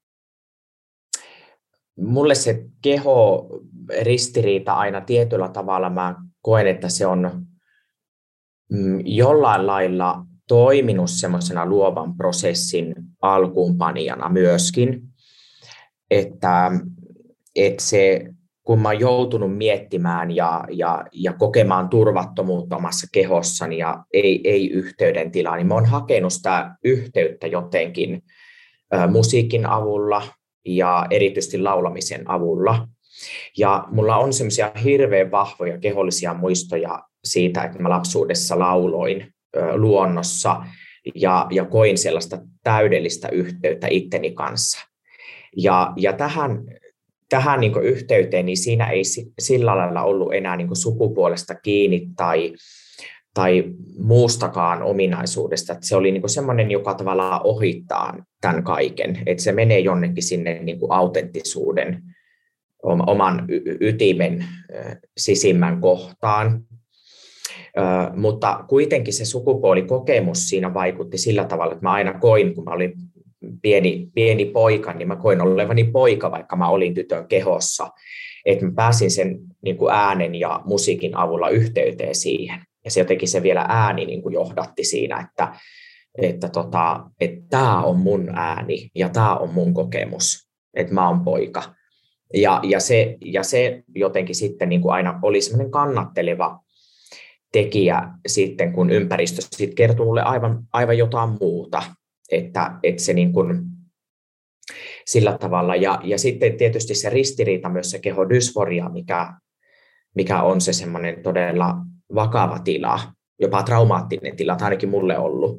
mulle se keho-ristiriita aina tietyllä tavalla, mä koen, että se on jollain lailla toiminut semmoisena luovan prosessin alkuunpanijana myöskin, että se, kun mä oon joutunut miettimään ja kokemaan turvattomuutta omassa kehossani ja ei yhteyden tilaa, niin mä oon hakenut sitä yhteyttä jotenkin musiikin avulla ja erityisesti laulamisen avulla. Ja mulla on semmoisia hirveän vahvoja kehollisia muistoja siitä, että mä lapsuudessa lauloin luonnossa ja koin sellaista täydellistä yhteyttä itteni kanssa. Ja tähän niin kuin yhteyteen, niin siinä ei sillä lailla ollut enää niin kuin sukupuolesta kiinni tai muustakaan ominaisuudesta. Että se oli niin kuin semmoinen, joka tavallaan ohittaa tämän kaiken. Että se menee jonnekin sinne niin kuin autenttisuuden, oman ytimen sisimmän kohtaan. Mutta kuitenkin se sukupuolikokemus siinä vaikutti sillä tavalla, että mä aina koin, kun mä olin pieni poika, niin mä koin olevani poika, vaikka mä olin tytön kehossa. Että mä pääsin sen niin kuin äänen ja musiikin avulla yhteyteen siihen. Ja se jotenkin se vielä ääni niin kuin johdatti siinä, että tämä on mun ääni ja tämä on mun kokemus, että mä oon poika. Ja se jotenkin sitten niin kuin aina oli semmoinen kannatteleva tekijä sitten, kun ympäristö sitten kertoo mulle aivan jotain muuta, että se niin kuin sillä tavalla. Ja sitten tietysti se ristiriita, myös se kehodysforia, mikä on se semmoinen todella vakava tila, jopa traumaattinen tila, tai ainakin mulle ollut,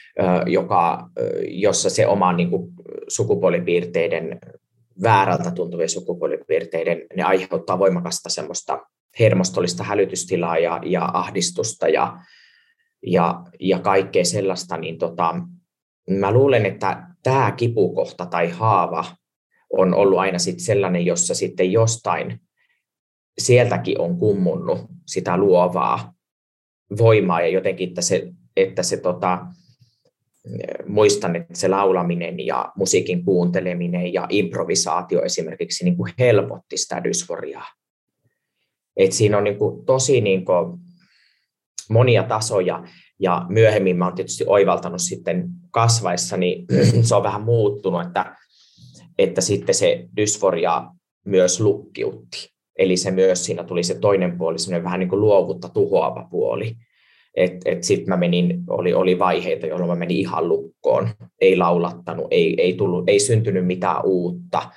jossa se oma niin kuin sukupuolipiirteiden, väärältä tuntuvien sukupuolipiirteiden, ne aiheuttaa voimakasta semmoista hermostollista hälytystilaa ja ahdistusta ja kaikkea sellaista, niin mä luulen, että tämä kipukohta tai haava on ollut aina sit sellainen, jossa sitten jostain sieltäkin on kummunnut sitä luovaa voimaa ja jotenkin, että se muistan, että se laulaminen ja musiikin kuunteleminen ja improvisaatio esimerkiksi niin kuin helpotti sitä dysforiaa. Et siinä on niin kuin tosi niin kuin monia tasoja ja myöhemmin mä oon tietysti oivaltanut sitten kasvaessani, se on vähän muuttunut, että sitten se dysforia myös lukkiutti. Eli se myös siinä tuli se toinen puoli, semmoinen vähän niin kuin luovuutta tuhoava puoli. Sitten mä menin, oli vaiheita, jolloin mä menin ihan lukkoon, ei laulattanut, ei syntynyt mitään uutta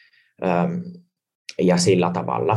ja sillä tavalla.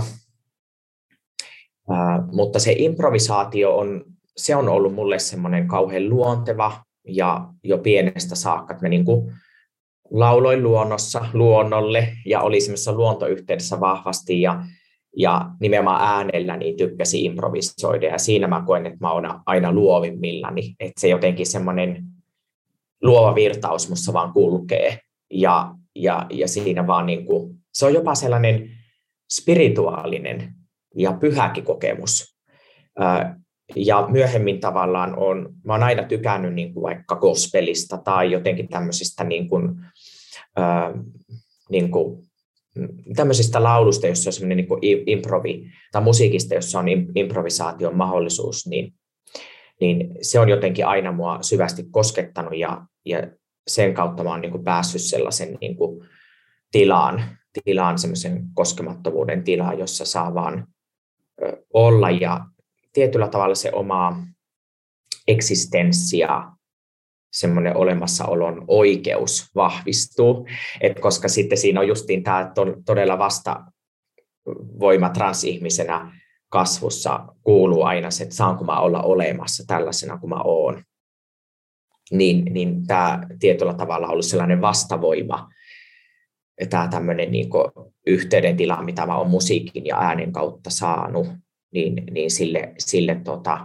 Mutta se improvisaatio on ollut mulle semmoinen kauhean luonteva ja jo pienestä saakka, että mä niin kuin lauloin luonnolle ja oli semmoisessa luontoyhteydessä vahvasti ja nimenomaan äänellä niin tykkäsin improvisoida ja siinä mä koen, että mä oon aina luovimmillani, että se jotenkin semmoinen luova virtaus musta vaan kulkee ja siinä vaan niin kuin, se on jopa sellainen spirituaalinen ja pyhäkin kokemus. Ja myöhemmin tavallaan mä oon aina tykännyt niin kuin vaikka gospelista tai jotenkin tämmöisistä niin kuin tämmöisistä laulusta, jossa on semmoinen niin kuin improvi, tai musiikista, jossa on improvisaation mahdollisuus, niin se on jotenkin aina mua syvästi koskettanut ja sen kautta mä oon niin kuin päässyt sellaisen niin kuin tilaan semmoisen koskemattomuuden tilaan, jossa saa vaan olla ja tietyllä tavalla se oma eksistenssi ja semmoinen olemassaolon oikeus vahvistuu, koska sitten siinä on justiin tämä todella vastavoima transihmisenä kasvussa kuuluu aina se, että saanko mä olla olemassa tällaisena kuin mä oon. Niin tämä tietyllä tavalla on ollut sellainen vastavoima, tämä tämmöinen niin kuin yhteydentila, mitä mä oon musiikin ja äänen kautta saanut, niin sille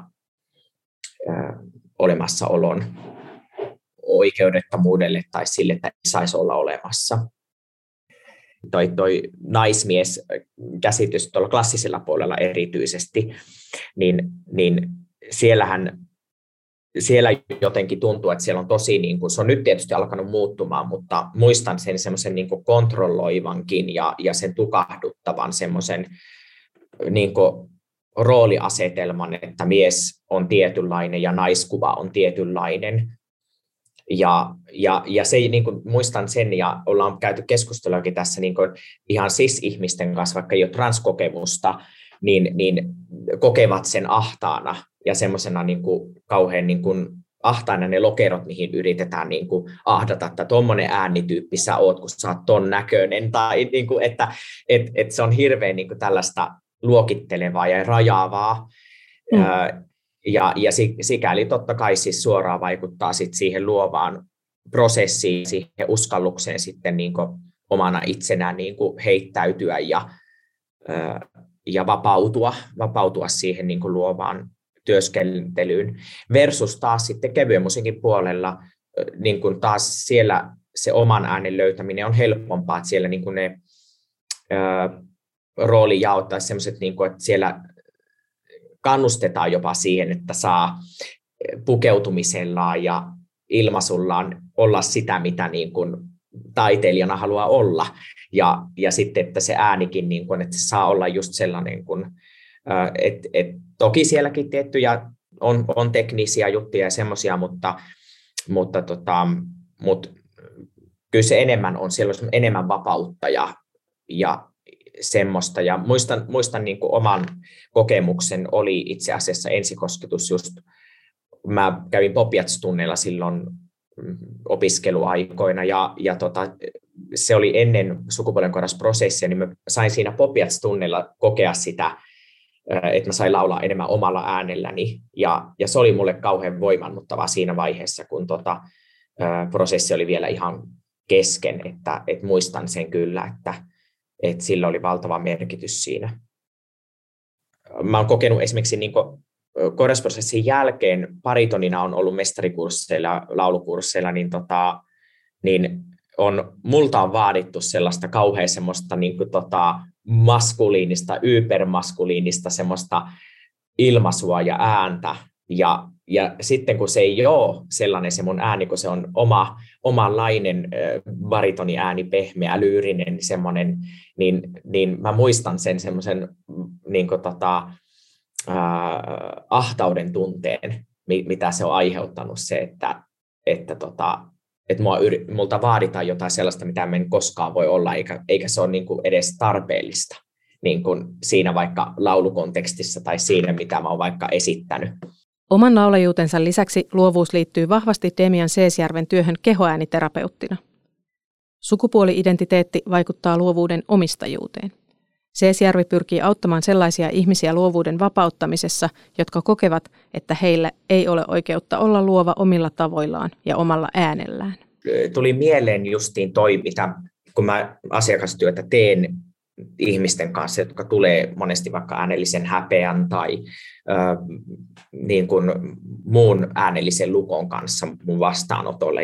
olemassaolon oikeudettomuudelle tai sille, että ei saisi olla olemassa. Toi naismies-käsitys tuolla klassisella puolella erityisesti, niin siellä jotenkin tuntuu, että siellä on tosi, niin kuin, se on nyt tietysti alkanut muuttumaan, mutta muistan sen semmoisen niin kuin kontrolloivankin ja sen tukahduttavan semmoisen niin kuin rooliasetelman, että mies on tietynlainen ja naiskuva on tietynlainen. Ja se, niin kuin muistan sen, ja ollaan käyty keskusteluakin tässä niin kuin ihan cis-ihmisten kanssa, vaikka ei ole transkokemusta, niin kokevat sen ahtaana ja semmoisena niin kuin kauhean niin kuin ahtaana ne lokerot, mihin yritetään niin kuin ahdata, että tuommoinen äänityyppi sä oot, kun sä oot ton näköinen, tai niin kuin, että se on hirveän niin kuin tällaista luokittelevaa ja rajaavaa. Ja sikäli totta kai siis suoraan vaikuttaa sit siihen luovaan prosessiin, siihen uskallukseen sitten niin kuin omana itsenään niin kuin heittäytyä ja vapautua siihen niin kuin luovaan työskentelyyn. Versus taas sitten kevyen musiikin puolella, niin kuin taas siellä se oman äänen löytäminen on helpompaa, että siellä niin kuin ne roolijaot tai sellaiset, niin kuin, että siellä kannustetaan jopa siihen, että saa pukeutumisellaan ja ilmaisullaan olla sitä, mitä niin kuin taiteilijana haluaa olla. Ja sitten, että se äänikin, niin kuin, että se saa olla just sellainen, että toki sielläkin tiettyjä on teknisiä juttuja ja semmoisia, mutta kyllä se enemmän on, siellä on enemmän vapautta ja semmoista. Ja muistan niin kuin oman kokemuksen, oli itse asiassa ensikosketus just, mä kävin Popiats-tunneilla silloin opiskeluaikoina ja se oli ennen sukupuolenkorjausprosessia, niin mä sain siinä Popiats-tunnilla kokea sitä että mä sain laulaa enemmän omalla äänelläni. Ja se oli mulle kauhean voimannuttavaa siinä vaiheessa, kun prosessi oli vielä ihan kesken, että muistan sen kyllä, että sillä oli valtava merkitys siinä. Mä oon kokenut esimerkiksi niin koirasprosessin jälkeen baritonina on ollut mestarikursseilla, laulukursseilla, niin multa on vaadittu sellaista kauhean semmoista maskuliinista, ypermaskuliinista semmoista ilmaisua ja ääntä. Ja sitten kun se ei ole sellainen se mun ääni, kun se on omanlainen baritoniääni, pehmeä, lyyrinen semmoinen, niin mä muistan sen semmoisen ahtauden tunteen, mitä se on aiheuttanut se, että multa vaaditaan jotain sellaista, mitä me en koskaan voi olla, eikä se ole niin kuin edes tarpeellista niin kuin siinä vaikka laulukontekstissa tai siinä, mitä mä oon vaikka esittänyt. Oman laulajuutensa lisäksi luovuus liittyy vahvasti Demian Seesjärven työhön kehoääniterapeuttina. Sukupuoli-identiteetti vaikuttaa luovuuden omistajuuteen. Seesjärvi pyrkii auttamaan sellaisia ihmisiä luovuuden vapauttamisessa, jotka kokevat, että heillä ei ole oikeutta olla luova omilla tavoillaan ja omalla äänellään. Tuli mieleen justiin kun mä asiakastyötä teen ihmisten kanssa, jotka tulee monesti vaikka äänellisen häpeän tai niin kuin muun äänellisen lukon kanssa mun vastaanotolle.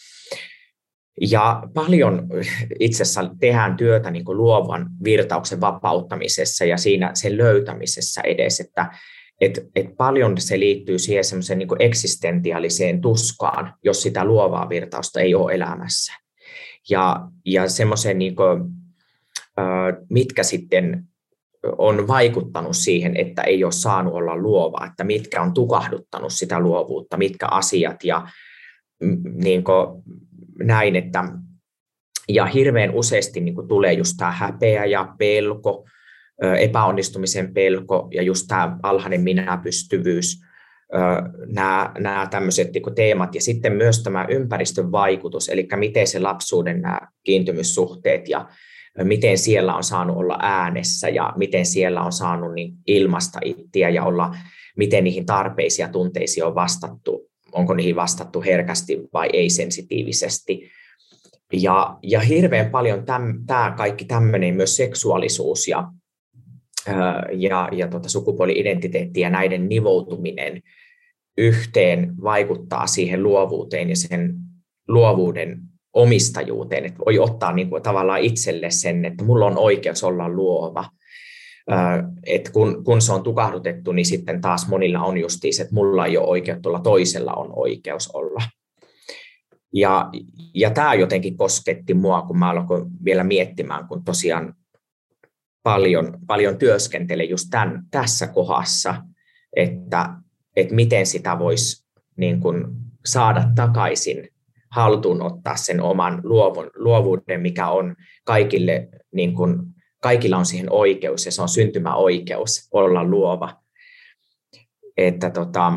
Ja paljon itse asiassa tehdään työtä niin kuin luovan virtauksen vapauttamisessa ja siinä sen löytämisessä edes, että paljon se liittyy siihen semmoiseen niin kuin eksistentiaaliseen tuskaan, jos sitä luovaa virtausta ei ole elämässä. Ja semmoiseen, niin kuin, mitkä sitten on vaikuttanut siihen, että ei ole saanut olla luova, että mitkä on tukahduttanut sitä luovuutta, mitkä asiat ja niin kuin näin, ja hirveän useasti niin kuin tulee just tämä häpeä ja pelko, epäonnistumisen pelko ja just tämä alhainen minäpystyvyys, nämä tämmöiset niin kuin teemat, ja sitten myös tämä ympäristön vaikutus, eli miten se lapsuuden nämä kiintymyssuhteet ja miten siellä on saanut olla äänessä ja miten siellä on saanut niin ilmaista itseä ja miten niihin tarpeisiin ja tunteisiin on vastattu, onko niihin vastattu herkästi vai ei sensitiivisesti. Ja hirveän paljon tämä kaikki tämmöinen myös seksuaalisuus ja sukupuoli-identiteetti ja näiden nivoutuminen yhteen vaikuttaa siihen luovuuteen ja sen luovuuden omistajuuteen, että voi ottaa niin kuin tavallaan itselle sen, että mulla on oikeus olla luova. Että kun se on tukahdutettu, niin sitten taas monilla on justiis, että mulla ei ole oikeutta olla, toisella on oikeus olla. Ja tämä jotenkin kosketti mua, kun mä aloin vielä miettimään, kun tosiaan paljon työskentelen just tässä kohdassa, että miten sitä voisi niin kuin saada takaisin haltuun ottaa sen oman luovuuden, mikä on kaikille, niin kuin, kaikilla on siihen oikeus ja se on syntymäoikeus olla luova. Että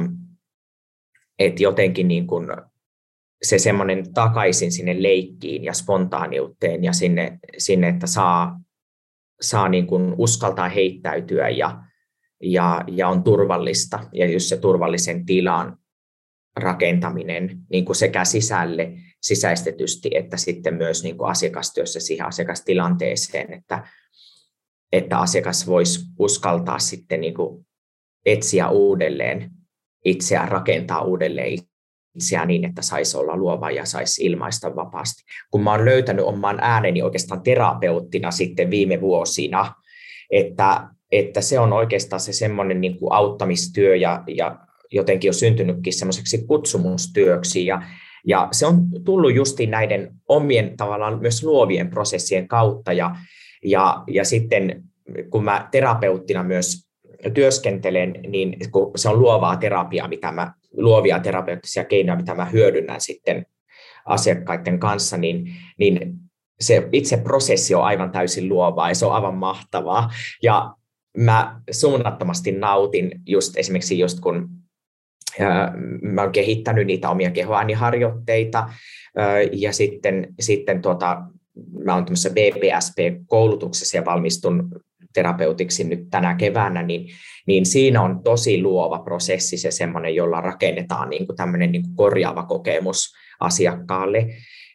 jotenkin niin kuin se semmoinen takaisin sinne leikkiin ja spontaaniuteen ja sinne että saa niin kuin uskaltaa heittäytyä ja on turvallista ja just se turvallisen tilan rakentaminen niin kuin sekä sisäistetysti että sitten myös niin kuin asiakastyössä siihen asiakastilanteeseen, että asiakas voisi uskaltaa sitten niin kuin etsiä uudelleen itseään, rakentaa uudelleen itseään niin, että saisi olla luova ja saisi ilmaista vapaasti. Kun mä oon löytänyt oman ääneni oikeastaan terapeuttina sitten viime vuosina, että se on oikeastaan se semmoinen niin kuin auttamistyö ja jotenkin on syntynytkin semmoiseksi kutsumustyöksi ja se on tullut justiin näiden omien tavallaan myös luovien prosessien kautta ja sitten kun mä terapeuttina myös työskentelen, niin kun se on luovaa terapiaa, luovia terapeuttisia keinoja, mitä mä hyödynnän sitten asiakkaiden kanssa, niin se itse prosessi on aivan täysin luovaa ja se on aivan mahtavaa. Ja mä suunnattomasti nautin esimerkiksi kun mä oon kehittänyt niitä omia kehoääniharjoitteita ja sitten mä oon tämmöisessä BPSP-koulutuksessa ja valmistun terapeutiksi nyt tänä keväänä, niin siinä on tosi luova prosessi se semmoinen, jolla rakennetaan niin kuin tämmöinen niin kuin korjaava kokemus asiakkaalle.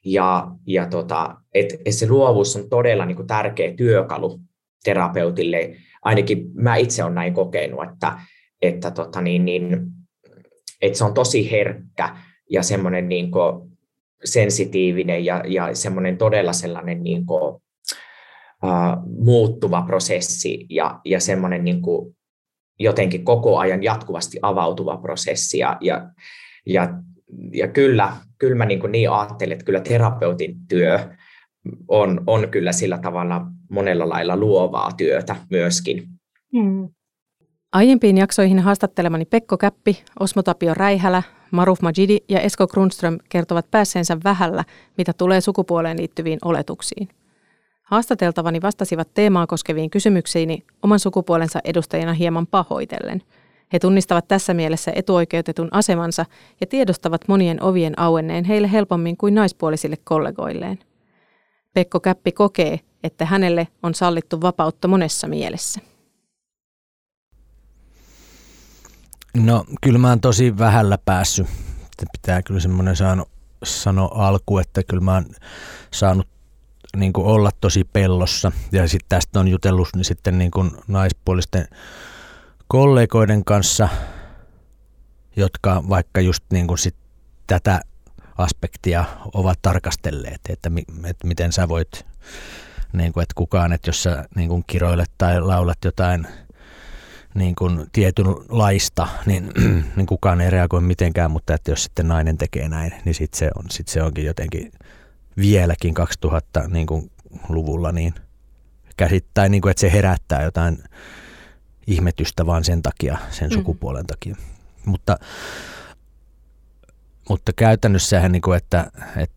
Et se luovuus on todella niin kuin tärkeä työkalu terapeutille. Ainakin mä itse olen näin kokenut, että se on tosi herkkä ja semmoinen niin kuin sensitiivinen ja semmoinen todella sellainen niin kuin, muuttuva prosessi ja semmoinen niin kuin jotenkin koko ajan jatkuvasti avautuva prosessi. Ja kyllä mä niin ajattelen, että kyllä terapeutin työ on kyllä sillä tavalla monella lailla luovaa työtä myöskin. Aiempiin jaksoihin haastattelemani Pekko Käppi, Osmo Tapio Räihälä, Maruf Majidi ja Esko Grundström kertovat päässeensä vähällä, mitä tulee sukupuoleen liittyviin oletuksiin. Haastateltavani vastasivat teemaa koskeviin kysymyksiini oman sukupuolensa edustajana hieman pahoitellen. He tunnistavat tässä mielessä etuoikeutetun asemansa ja tiedostavat monien ovien auenneen heille helpommin kuin naispuolisille kollegoilleen. Pekko Käppi kokee, että hänelle on sallittu vapautta monessa mielessä. No kyllä mä oon tosi vähällä päässyt. Pitää kyllä semmoinen sanoa alku, että kyllä mä oon saanut niin kuin olla tosi pellossa. Ja sitten tästä on jutellut niin sitten niin kuin naispuolisten kollegoiden kanssa, jotka vaikka just niin kuin sit tätä aspektia ovat tarkastelleet, että miten sä voit, niin kuin, että kukaan, että jos sä niin kuin kiroilet tai laulat jotain niin kuin tietynlaista, niin kukaan ei reagoi mitenkään, mutta että jos sitten nainen tekee näin, niin sit se onkin jotenkin vieläkin 2000-luvulla niin käsittää, niin kuin, että se herättää jotain ihmetystä vaan sen takia, sen sukupuolen takia. Mutta käytännössähän, niin kuin, että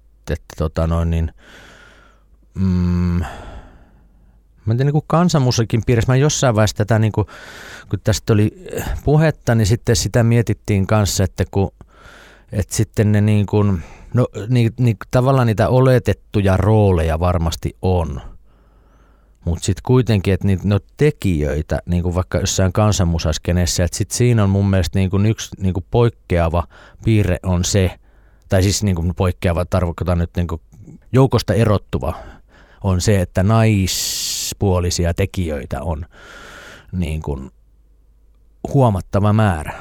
mä en tiedä, niin kuin kansanmusiikin piirissä, mä jossain vaiheessa tätä, niin kuin, kun tästä oli puhetta, niin sitten sitä mietittiin kanssa, että sitten ne niin kuin, no niin, tavallaan niitä oletettuja rooleja varmasti on, mutta sitten kuitenkin, että ne tekijöitä, niin kuin vaikka jossain kansanmusaskeneessa, että sitten siinä on mun mielestä niin kuin yksi niin kuin poikkeava piirre on se, tai siis niin kuin poikkeava, tarkoitan nyt niin kuin joukosta erottuva, on se, että naispuolisia tekijöitä on niin kuin huomattava määrä.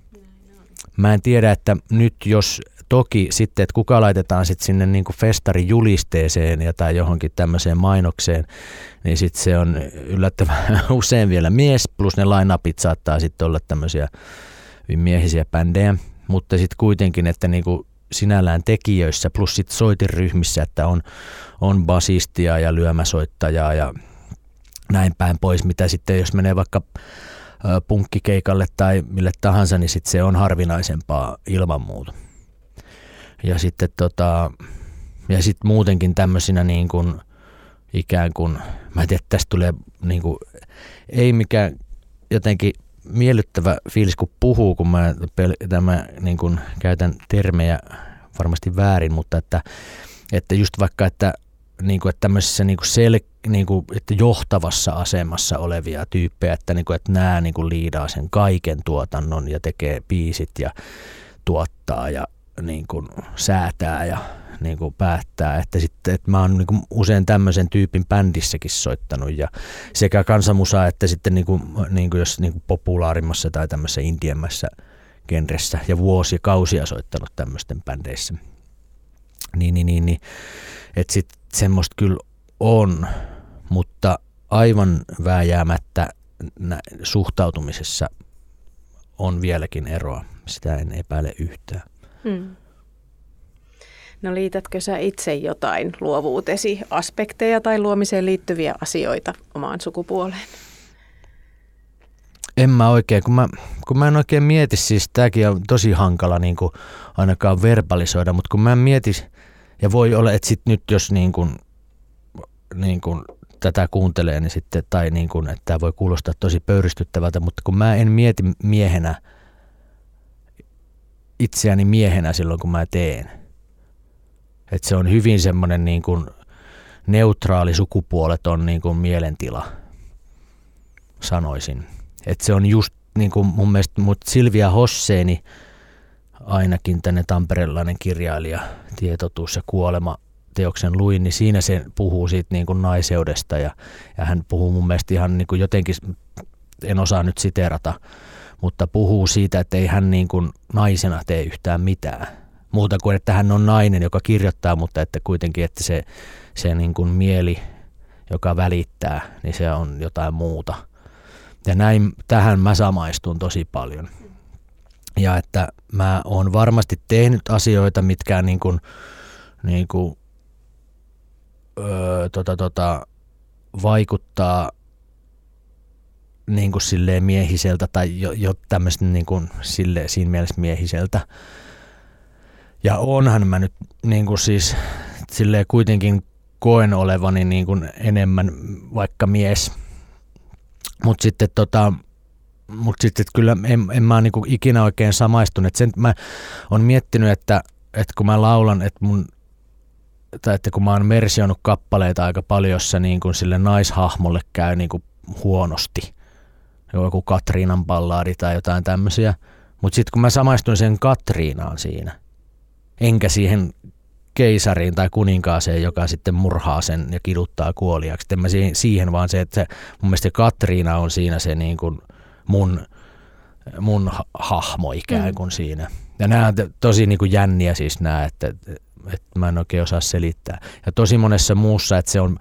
Mä en tiedä, että nyt jos toki sitten, että kuka laitetaan sitten sinne niin kuin festarijulisteeseen tai johonkin tämmöiseen mainokseen, niin sitten se on yllättävän usein vielä mies, plus ne line-upit saattaa sitten olla tämmöisiä miehisiä bändejä, mutta sitten kuitenkin, että niin kuin sinällään tekijöissä plus sitten soitinryhmissä, että on basistia ja lyömäsoittajaa ja näin päin pois, mitä sitten jos menee vaikka punkkikeikalle tai mille tahansa, niin sitten se on harvinaisempaa ilman muuta. Ja sitten muutenkin tämmöisinä niin kuin ikään kuin, mä en tiedä, tästä tulee niin kuin, ei mikään jotenkin miellyttävä fiilis, kun puhuu, kun mä niin kuin käytän termejä varmasti väärin, mutta että just vaikka, että niin kuin, että tämmöisessä niin kuin niin kuin, että johtavassa asemassa olevia tyyppejä, että, niin kuin, että nämä niin kuin liidaa sen kaiken tuotannon ja tekee biisit ja tuottaa ja niin kuin säätää ja niin kuin päättää, että mä oon niin kuin usein tämmöisen tyypin bändissäkin soittanut ja sekä kansanmusaa että sitten niin kuin jos niin kuin populaarimmassa tai tämmöisessä indiemmässä genressä ja vuosikausia soittanut tämmöisten bändeissä. Niin. Että sitten semmoista kyllä on, mutta aivan vääjäämättä suhtautumisessa on vieläkin eroa. Sitä en epäile yhtään. No liitätkö sä itse jotain luovuutesi aspekteja tai luomiseen liittyviä asioita omaan sukupuoleen? En mä oikein, kun mä en oikein mieti, siis tämäkin on tosi hankala niin kuin ainakaan verbalisoida, mutta kun mä en mieti, ja voi olla, että sit nyt jos niin kuin tätä kuuntelee, niin sitten, tai niin kuin, että tämä voi kuulostaa tosi pöyristyttävältä, mutta kun mä en mieti miehenä, itseäni miehenä silloin, kun mä teen. Että se on hyvin semmoinen niin kuin neutraali sukupuoleton niin kuin mielentila. sanoisin. Että se on just niin kuin mun mielestä Silvia Hosseini, ainakin tänne tamperelainen kirjailija, Tietotuus ja kuolema -teoksen luin, niin siinä se puhuu siitä niin kuin naiseudesta ja hän puhuu mun mielestä ihan niin kuin jotenkin, en osaa nyt siteerata, mutta puhuu siitä, että ei hän niin kuin naisena tee yhtään mitään. Muuta kuin, että hän on nainen, joka kirjoittaa, mutta että kuitenkin, että se niin kuin mieli, joka välittää, niin se on jotain muuta. Ja näin, tähän mä samaistun tosi paljon. Ja että mä oon varmasti tehnyt asioita, mitkä vaikuttaa niin kuin silleen miehiseltä tai jo tämmöistä niin kuin siinä mielessä miehiseltä. Ja onhan mä nyt niin kuin siis silleen kuitenkin koen olevani niin kuin enemmän vaikka mies. Mutta sitten kyllä en mä niin kuin ikinä oikein samaistunut. Sen mä oon miettinyt, että kun mä laulan, että kun mä oon versioinut kappaleita aika paljon, jossa niin kuin sille naishahmolle käy niin kuin huonosti. Joku Katriinan ballaadi tai jotain tämmöisiä. Mutta sitten kun mä samaistuin sen Katriinaan siinä, enkä siihen keisariin tai kuninkaaseen, joka sitten murhaa sen ja kiduttaa kuoliaksi. En mä siihen, vaan se, että mun mielestä Katriina on siinä se niin kuin mun hahmo ikään kuin siinä. Ja nämä on tosi niin kuin jänniä siis nämä, että mä en oikein osaa selittää. Ja tosi monessa muussa, että se on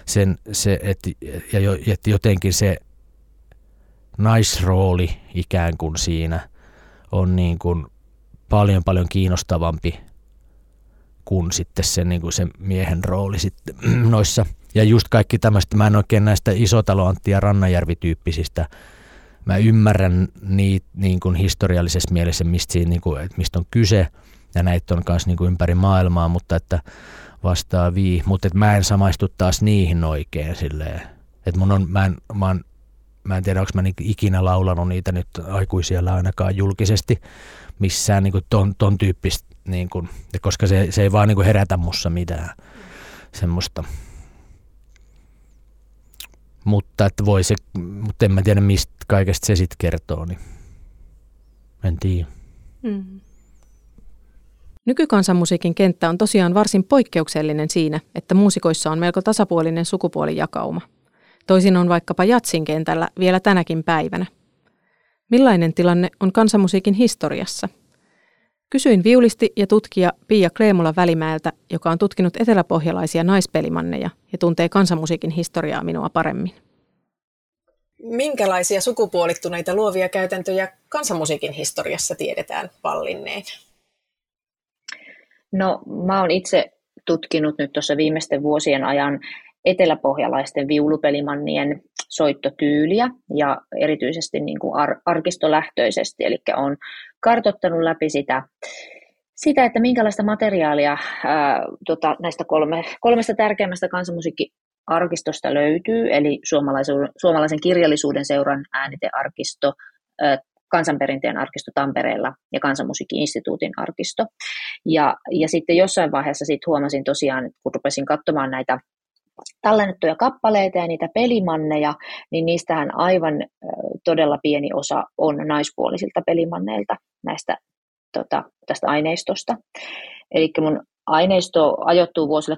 että jotenkin se naisrooli ikään kuin siinä on niin kuin paljon kiinnostavampi kuin sitten se, niin kuin se miehen rooli sitten noissa. Ja just kaikki tämmöistä, mä en oikein näistä Isotalo, Antti ja Rannajärvi-tyyppisistä, mä ymmärrän niitä niin kuin historiallisessa mielessä, mistä on kyse, ja näitä on myös niin kuin ympäri maailmaa, mutta että vastaavia, mutta että mä en samaistu taas niihin oikein silleen. Että mä en tiedä, onko mä ikinä laulanut niitä nyt aikuisiellä ainakaan julkisesti missään niin kuin ton tyyppistä, niin kuin, koska se ei vaan niin kuin herätä mussa mitään semmoista. Mutta en mä tiedä, mistä kaikesta se sitten kertoo, niin en tiedä. Nykykansanmusiikin kenttä on tosiaan varsin poikkeuksellinen siinä, että muusikoissa on melko tasapuolinen sukupuolijakauma. Toisin on vaikkapa jatsin kentällä vielä tänäkin päivänä. Millainen tilanne on kansanmusiikin historiassa? Kysyin viulisti ja tutkija Pia Kleemola-Välimäeltä, joka on tutkinut eteläpohjalaisia naispelimanneja ja tuntee kansanmusiikin historiaa minua paremmin. Minkälaisia sukupuolittuneita luovia käytäntöjä kansanmusiikin historiassa tiedetään vallinneen? No, mä oon itse tutkinut nyt tuossa viimeisten vuosien ajan eteläpohjalaisten viulupelimannien soittotyyliä ja erityisesti niin kuin arkistolähtöisesti, eli on kartoittanut läpi sitä, että minkälaista materiaalia näistä kolmesta tärkeimmästä kansanmusiikkiarkistosta löytyy, eli suomalaisen kirjallisuuden seuran äänitearkisto, Kansanperinteen arkisto Tampereella ja Kansanmusiikki-instituutin arkisto. Ja sitten jossain vaiheessa huomasin tosiaan, kun rupesin katsomaan näitä tallennettuja kappaleita ja niitä pelimanneja, niin niistähän aivan todella pieni osa on naispuolisilta pelimanneilta tästä aineistosta. Eli mun aineisto ajoittuu vuosille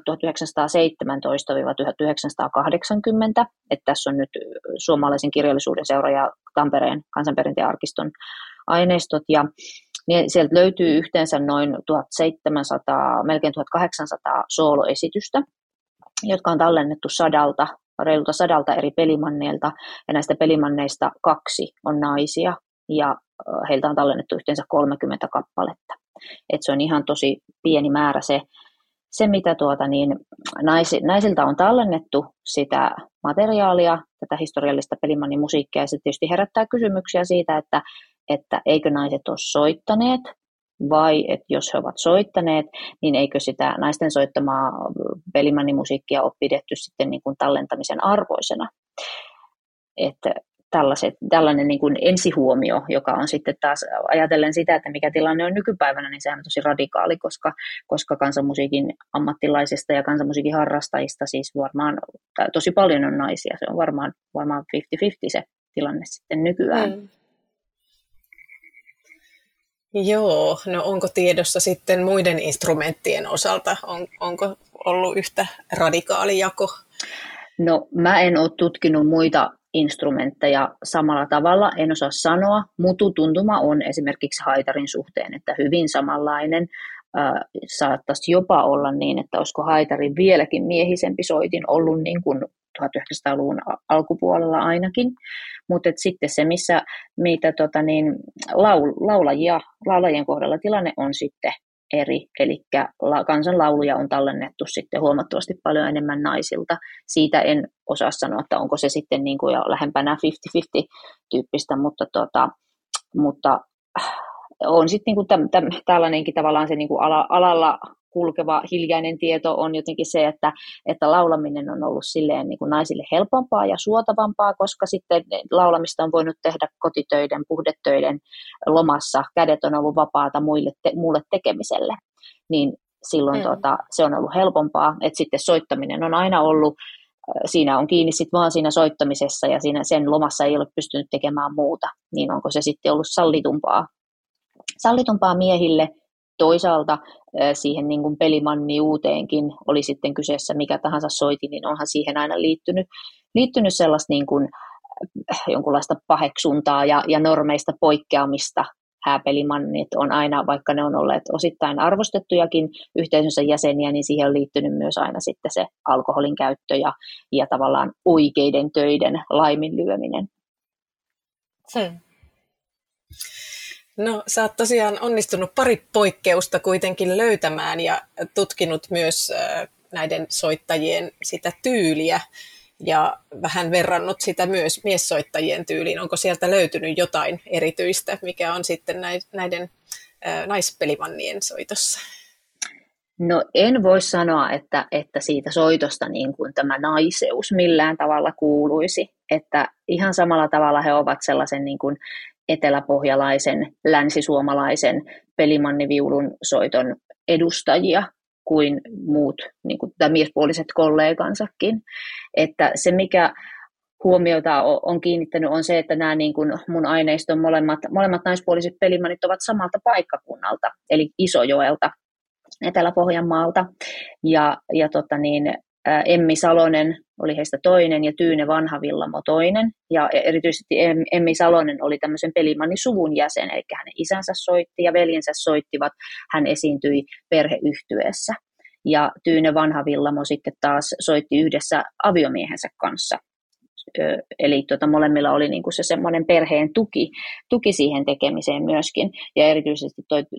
1917-1980, että tässä on nyt suomalaisen kirjallisuuden seura ja Tampereen Kansanperinteen arkiston aineistot, ja sieltä löytyy yhteensä noin 1700, melkein 1800 sooloesitystä, jotka on tallennettu reilulta 100 eri pelimanneilta, ja näistä pelimanneista 2 on naisia, ja heiltä on tallennettu yhteensä 30 kappaletta. Et se on ihan tosi pieni määrä se mitä naisilta on tallennettu sitä materiaalia, tätä historiallista pelimannimusiikkia, ja se tietysti herättää kysymyksiä siitä, että eikö naiset ole soittaneet, vai että jos he ovat soittaneet, niin eikö sitä naisten soittamaa pelimannimusiikkia ole pidetty sitten niin kuin tallentamisen arvoisena. Että tällainen niin kuin ensihuomio, joka on sitten taas ajatellen sitä, että mikä tilanne on nykypäivänä, niin sehän on tosi radikaali, koska kansanmusiikin ammattilaisista ja kansanmusiikin harrastajista siis varmaan tosi paljon on naisia. Se on varmaan 50-50 tilanne sitten nykyään. Joo, no onko tiedossa sitten muiden instrumenttien osalta, onko ollut yhtä radikaali jako? No mä en ole tutkinut muita instrumentteja samalla tavalla, en osaa sanoa. Mututuntuma on esimerkiksi haitarin suhteen, että hyvin samanlainen. Saattaisi jopa olla niin, että olisiko haitari vieläkin miehisempi soitin ollut niin kuin 1900-luvun alkupuolella ainakin. Mutta sitten se, mitä laulajien kohdalla tilanne on sitten eri, eli kansanlauluja on tallennettu sitten huomattavasti paljon enemmän naisilta. Siitä en osaa sanoa, että onko se sitten niin kuin jo lähempänä 50-50 tyyppistä, mutta on sitten niin kuin tällainenkin tavallaan se niin kuin alalla kulkeva hiljainen tieto on jotenkin se, että laulaminen on ollut silleen niin kuin naisille helpompaa ja suotavampaa, koska sitten laulamista on voinut tehdä kotitöiden, puhdetöiden lomassa, kädet on ollut vapaata muulle tekemiselle, niin silloin se on ollut helpompaa, että sitten soittaminen on aina ollut, siinä on kiinni sitten vaan siinä soittamisessa ja siinä sen lomassa ei ole pystynyt tekemään muuta, niin onko se sitten ollut sallitumpaa miehille. Toisaalta siihen niin kuin pelimanniuteenkin, oli sitten kyseessä mikä tahansa soiti, niin onhan siihen aina liittynyt sellaista niin kuin jonkunlaista paheksuntaa ja normeista poikkeamista. Hääpelimannit on aina, vaikka ne on olleet osittain arvostettujakin yhteisönsä jäseniä, niin siihen on liittynyt myös aina sitten se alkoholin käyttö ja tavallaan oikeiden töiden laiminlyöminen. No, sä oot tosiaan onnistunut pari poikkeusta kuitenkin löytämään ja tutkinut myös näiden soittajien sitä tyyliä ja vähän verrannut sitä myös miessoittajien tyyliin. Onko sieltä löytynyt jotain erityistä, mikä on sitten näiden naispelimannien soitossa? No en voi sanoa, että siitä soitosta niin kuin tämä naiseus millään tavalla kuuluisi, että ihan samalla tavalla he ovat sellaisen niin kuin eteläpohjalaisen, länsisuomalaisen pelimanniviulun soiton edustajia kuin muut niin kuin miespuoliset kollegansakin. Että se, mikä huomiota on kiinnittänyt, on se, että nämä niin kuin mun aineiston molemmat naispuoliset pelimannit ovat samalta paikkakunnalta, eli Isojoelta, Etelä-Pohjanmaalta. Ja Emmi Salonen oli heistä toinen ja Tyyne Vanhavillamo toinen. Ja erityisesti Emmi Salonen oli tämmöisen pelimannusuvun jäsen, eli hänen isänsä soitti ja veljensä soittivat. Hän esiintyi perheyhtyeessä. Ja Tyyne Vanhavillamo sitten taas soitti yhdessä aviomiehensä kanssa. Eli molemmilla oli niinku se semmoinen perheen tuki siihen tekemiseen myöskin. Ja erityisesti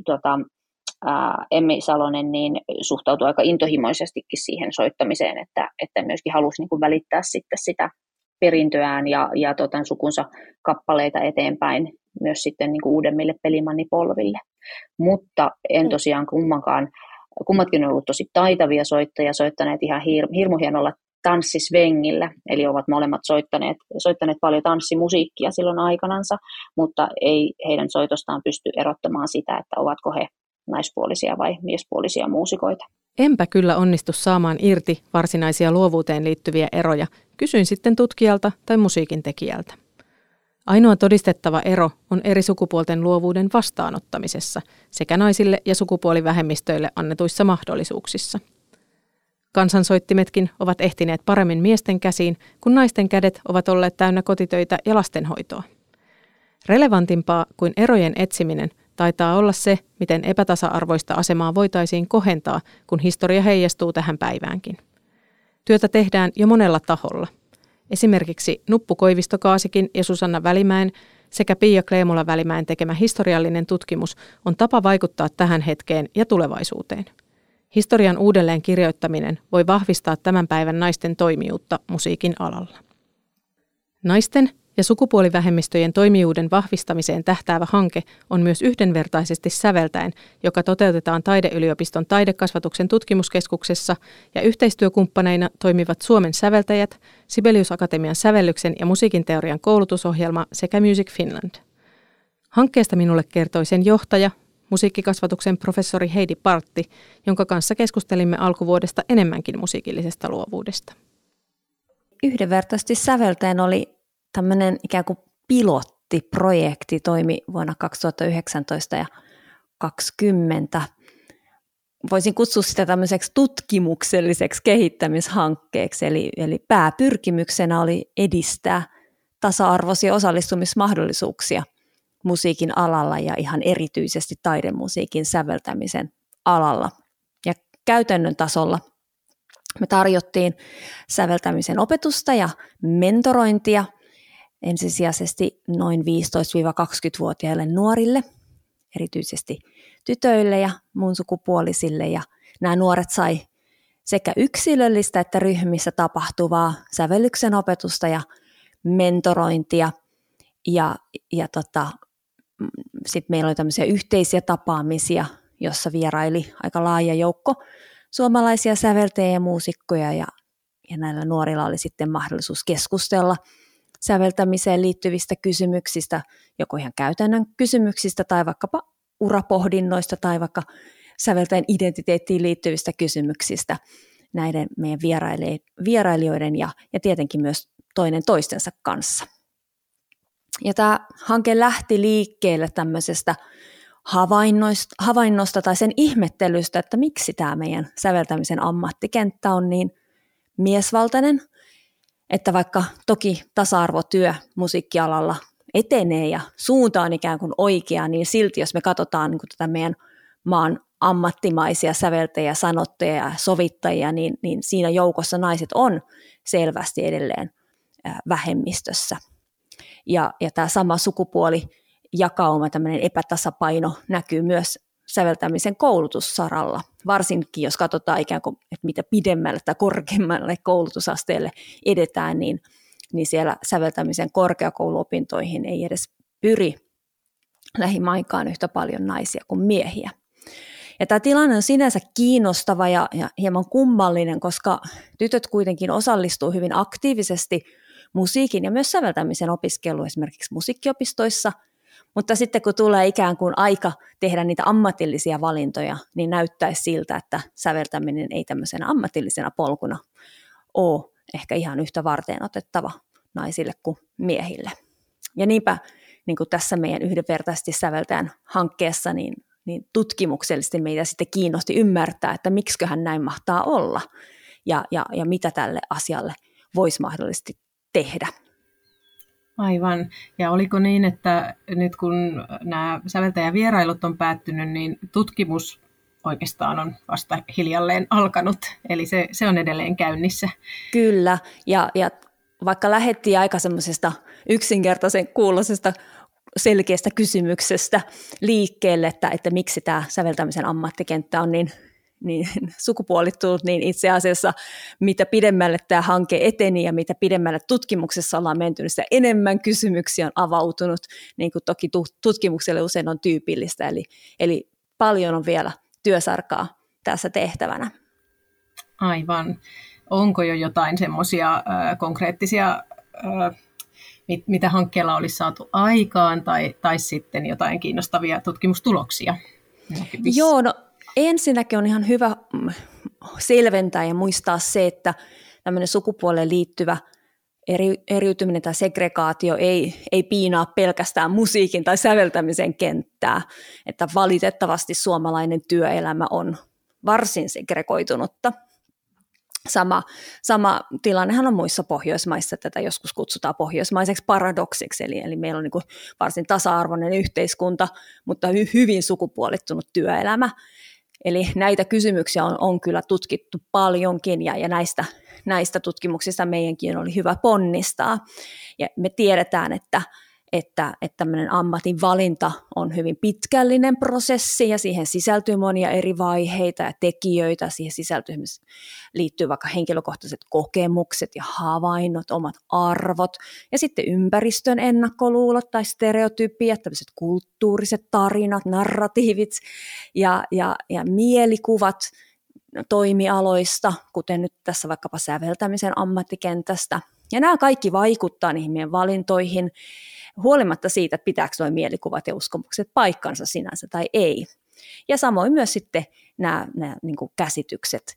Emmi Salonen niin suhtautui aika intohimoisestikin siihen soittamiseen, että myöskin halusi niin kuin välittää sitten sitä perintöään ja sukunsa kappaleita eteenpäin myös sitten niin kuin uudemmille pelimannipolville. Mutta en tosiaan kummatkin on ollut tosi taitavia soittajia, soittaneet ihan hirmu hienolla tanssisvengillä, eli ovat molemmat soittaneet paljon tanssimusiikkia silloin aikanansa, mutta ei heidän soitostaan pysty erottamaan sitä, että ovatko he naispuolisia vai miespuolisia muusikoita. Enpä kyllä onnistu saamaan irti varsinaisia luovuuteen liittyviä eroja. Kysyin sitten tutkijalta tai musiikin tekijältä. Ainoa todistettava ero on eri sukupuolten luovuuden vastaanottamisessa sekä naisille ja sukupuolivähemmistöille annetuissa mahdollisuuksissa. Kansansoittimetkin ovat ehtineet paremmin miesten käsiin, kun naisten kädet ovat olleet täynnä kotitöitä ja lastenhoitoa. Relevantimpaa kuin erojen etsiminen taitaa olla se, miten epätasa-arvoista asemaa voitaisiin kohentaa, kun historia heijastuu tähän päiväänkin. Työtä tehdään jo monella taholla. Esimerkiksi Nuppu Koivisto-Kaasikin ja Susanna Välimäen sekä Pia Kleemola-Välimäen tekemä historiallinen tutkimus on tapa vaikuttaa tähän hetkeen ja tulevaisuuteen. Historian uudelleen kirjoittaminen voi vahvistaa tämän päivän naisten toimijuutta musiikin alalla. Naisten ja sukupuolivähemmistöjen toimijuuden vahvistamiseen tähtäävä hanke on myös yhdenvertaisesti säveltäen, joka toteutetaan Taideyliopiston taidekasvatuksen tutkimuskeskuksessa ja yhteistyökumppaneina toimivat Suomen säveltäjät, Sibelius Akatemian sävellyksen ja musiikin teorian koulutusohjelma sekä Music Finland. Hankkeesta minulle kertoi sen johtaja, musiikkikasvatuksen professori Heidi Partti, jonka kanssa keskustelimme alkuvuodesta enemmänkin musiikillisesta luovuudesta. Yhdenvertaisesti säveltäen oli tämmöinen ikään kuin pilottiprojekti toimi vuonna 2019 ja 2020. Voisin kutsua sitä tämmöiseksi tutkimukselliseksi kehittämishankkeeksi, eli pääpyrkimyksenä oli edistää tasa-arvoisia osallistumismahdollisuuksia musiikin alalla ja ihan erityisesti taidemusiikin säveltämisen alalla. Ja käytännön tasolla me tarjottiin säveltämisen opetusta ja mentorointia ensisijaisesti noin 15-20-vuotiaille nuorille, erityisesti tytöille ja muun sukupuolisille. Ja nämä nuoret sai sekä yksilöllistä että ryhmissä tapahtuvaa sävellyksen opetusta ja mentorointia. Sitten meillä oli tämmöisiä yhteisiä tapaamisia, jossa vieraili aika laaja joukko suomalaisia säveltäjiä ja muusikkoja, ja näillä nuorilla oli sitten mahdollisuus keskustella säveltämiseen liittyvistä kysymyksistä, joko ihan käytännön kysymyksistä tai vaikkapa urapohdinnoista tai vaikka säveltäjän identiteettiin liittyvistä kysymyksistä näiden meidän vierailijoiden ja tietenkin myös toinen toistensa kanssa. Ja tämä hanke lähti liikkeelle tämmöisestä havainnosta tai sen ihmettelystä, että miksi tämä meidän säveltämisen ammattikenttä on niin miesvaltainen, että vaikka toki tasa-arvotyö musiikkialalla etenee ja suunta on ikään kuin oikea, niin silti jos me katsotaan niin kuin tätä meidän maan ammattimaisia säveltäjiä, sanottajia ja sovittajia, niin siinä joukossa naiset on selvästi edelleen vähemmistössä. Ja tämä sama sukupuolijakauma, tämmöinen epätasapaino näkyy myös säveltämisen koulutussaralla, varsinkin jos katsotaan ikään kuin, että mitä pidemmälle tai korkeammalle koulutusasteelle edetään, niin siellä säveltämisen korkeakouluopintoihin ei edes pyri lähimainkaan yhtä paljon naisia kuin miehiä. Ja tämä tilanne on sinänsä kiinnostava ja hieman kummallinen, koska tytöt kuitenkin osallistuu hyvin aktiivisesti musiikin ja myös säveltämisen opiskeluun esimerkiksi musiikkiopistoissa, mutta sitten kun tulee ikään kuin aika tehdä niitä ammatillisia valintoja, niin näyttäisi siltä, että säveltäminen ei tämmöisenä ammatillisena polkuna ole ehkä ihan yhtä varten otettava naisille kuin miehille. Ja niinpä niin kuin tässä meidän yhdenvertaisesti säveltäjän hankkeessa, niin tutkimuksellisesti meitä sitten kiinnosti ymmärtää, että miksiköhän näin mahtaa olla ja mitä tälle asialle voisi mahdollisesti tehdä. Aivan. Ja oliko niin, että nyt kun nämä säveltäjävierailut on päättynyt, niin tutkimus oikeastaan on vasta hiljalleen alkanut, eli se on edelleen käynnissä. Kyllä, ja vaikka lähdettiin aika semmoisesta yksinkertaisen kuuloisesta selkeästä kysymyksestä liikkeelle, että miksi tämä säveltämisen ammattikenttä on niin sukupuolittunut, niin itse asiassa mitä pidemmälle tämä hanke eteni ja mitä pidemmälle tutkimuksessa ollaan menty, niin sitä enemmän kysymyksiä on avautunut, niin kuin toki tutkimukselle usein on tyypillistä, eli paljon on vielä työsarkaa tässä tehtävänä. Aivan. Onko jo jotain semmoisia konkreettisia, mitä hankkeella olisi saatu aikaan, tai sitten jotain kiinnostavia tutkimustuloksia? Joo, no ensinnäkin on ihan hyvä selventää ja muistaa se, että tämmöinen sukupuoleen liittyvä eriytyminen tai segregaatio ei piinaa pelkästään musiikin tai säveltämisen kenttää, että valitettavasti suomalainen työelämä on varsin segregoitunutta. Sama tilannehan on muissa Pohjoismaissa, tätä joskus kutsutaan pohjoismaiseksi paradoksiksi, eli meillä on niin kuin varsin tasa-arvoinen yhteiskunta, mutta hyvin sukupuolittunut työelämä. Eli näitä kysymyksiä on kyllä tutkittu paljonkin ja näistä tutkimuksista meidänkin oli hyvä ponnistaa. Ja me tiedetään, että tämmöinen ammatin valinta on hyvin pitkällinen prosessi ja siihen sisältyy monia eri vaiheita ja tekijöitä. Siihen liittyy vaikka henkilökohtaiset kokemukset ja havainnot, omat arvot ja sitten ympäristön ennakkoluulot tai stereotypiat, tämmöiset kulttuuriset tarinat, narratiivit ja mielikuvat toimialoista, kuten nyt tässä vaikkapa säveltämisen ammattikentästä. Ja nämä kaikki vaikuttaa niihin meidän valintoihin, huolimatta siitä, että pitääkö nuo mielikuvat ja uskomukset paikkansa sinänsä tai ei. Ja samoin myös sitten nämä niin kuin käsitykset